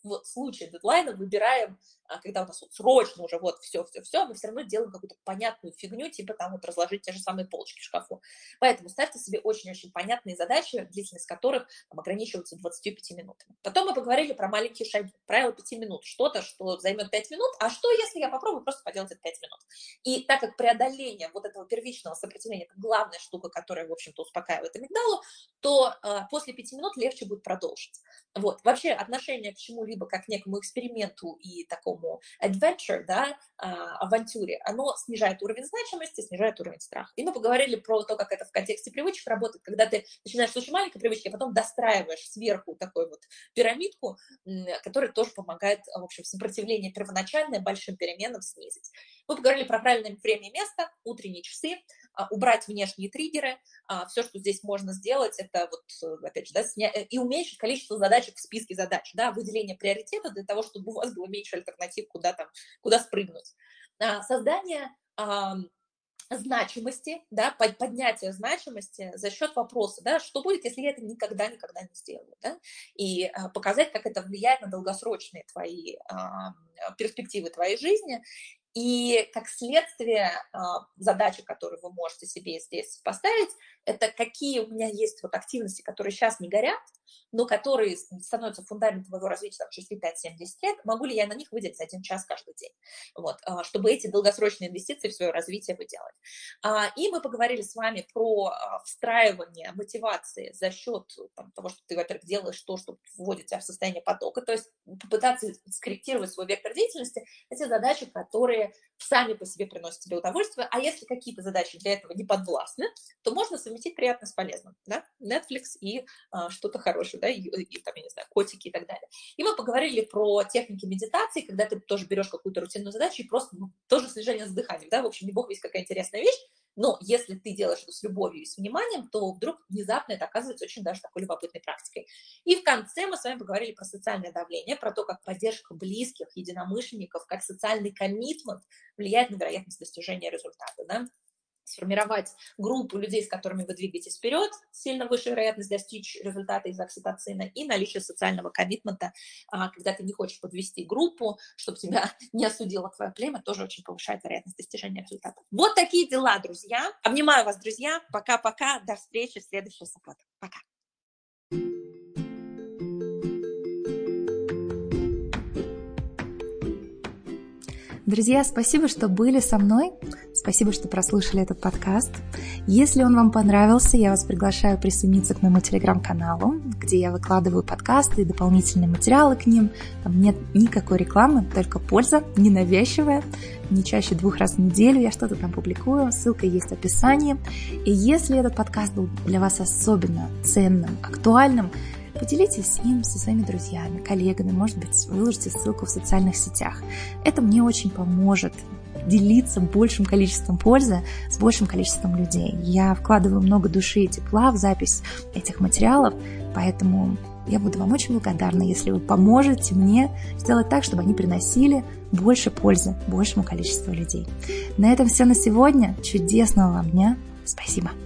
в случае дедлайна выбираем, когда у нас вот срочно уже вот все, мы все равно делаем какую-то понятную фигню, типа там вот разложить те же самые полочки в шкафу. Поэтому ставьте себе очень-очень понятные задачи, длительность которых там ограничивается 25 минутами. Потом мы поговорили про маленькие шаги, правило 5 минут, что-то, что займет 5 минут, а что, если я попробую просто поделать это 5 минут? И так как преодоление вот этого первичного сопротивления, это главная штука, которая, в общем-то, успокаивает амигдалу, то после 5 минут легче будет продолжить. Вот. Вообще отношение к чему-либо как к некому эксперименту и такому adventure, да, авантюре, оно снижает уровень значимости, снижает уровень страха. И мы поговорили про то, как это в контексте привычек работает, когда ты начинаешь с очень маленькой привычки, а потом достраиваешь сверху такую вот пирамидку, которая тоже помогает, в общем, сопротивление первоначальное большим переменам снизить. Мы поговорили про правильное время и место, утренние часы, убрать внешние триггеры. Все, что здесь можно сделать, это вот, опять же, да, и уменьшить количество задачек в списке задач, да, выделение приоритета для того, чтобы у вас было меньше альтернатив, куда спрыгнуть. Создание значимости, да, поднятие значимости за счет вопроса, да, что будет, если я это никогда не сделаю, да, и показать, как это влияет на долгосрочные твои перспективы твоей жизни. И как следствие задачи, которые вы можете себе здесь поставить, это какие у меня есть вот активности, которые сейчас не горят, но которые становятся фундаментом моего развития там, через 5, 7, 10 лет, могу ли я на них выделить 1 час каждый день, вот, чтобы эти долгосрочные инвестиции в свое развитие вы делали. И мы поговорили с вами про встраивание мотивации за счет того, что ты, во-первых, делаешь то, что вводит тебя в состояние потока, то есть попытаться скорректировать свой вектор деятельности, эти задачи, которые сами по себе приносят тебе удовольствие, а если какие-то задачи для этого не подвластны, то можно совместить приятное с полезным, да, Netflix и что-то хорошее, да, и там, я не знаю, котики и так далее. И мы поговорили про техники медитации, когда ты тоже берешь какую-то рутинную задачу и просто, тоже слежение с дыханием, да, в общем, не бог весть какая интересная вещь, но если ты делаешь это с любовью и с вниманием, то вдруг внезапно это оказывается очень даже такой любопытной практикой. И в конце мы с вами поговорили про социальное давление, про то, как поддержка близких, единомышленников, как социальный коммитмент влияет на вероятность достижения результата, да? Сформировать группу людей, с которыми вы двигаетесь вперед, сильно выше вероятность достичь результата из окситоцина, и наличие социального коммитмента, когда ты не хочешь подвести группу, чтобы тебя не осудило твое племя, тоже очень повышает вероятность достижения результата. Вот такие дела, друзья. Обнимаю вас, друзья. Пока-пока. До встречи в следующую субботу. Пока. Друзья, спасибо, что были со мной. Спасибо, что прослушали этот подкаст. Если он вам понравился, я вас приглашаю присоединиться к моему телеграм-каналу, где я выкладываю подкасты и дополнительные материалы к ним. Там нет никакой рекламы, только польза, ненавязчивая. Не чаще 2 раз в неделю я что-то там публикую. Ссылка есть в описании. И если этот подкаст был для вас особенно ценным, актуальным, поделитесь им со своими друзьями, коллегами, может быть, выложите ссылку в социальных сетях. Это мне очень поможет делиться большим количеством пользы с большим количеством людей. Я вкладываю много души и тепла в запись этих материалов, поэтому я буду вам очень благодарна, если вы поможете мне сделать так, чтобы они приносили больше пользы большему количеству людей. На этом все на сегодня. Чудесного вам дня. Спасибо.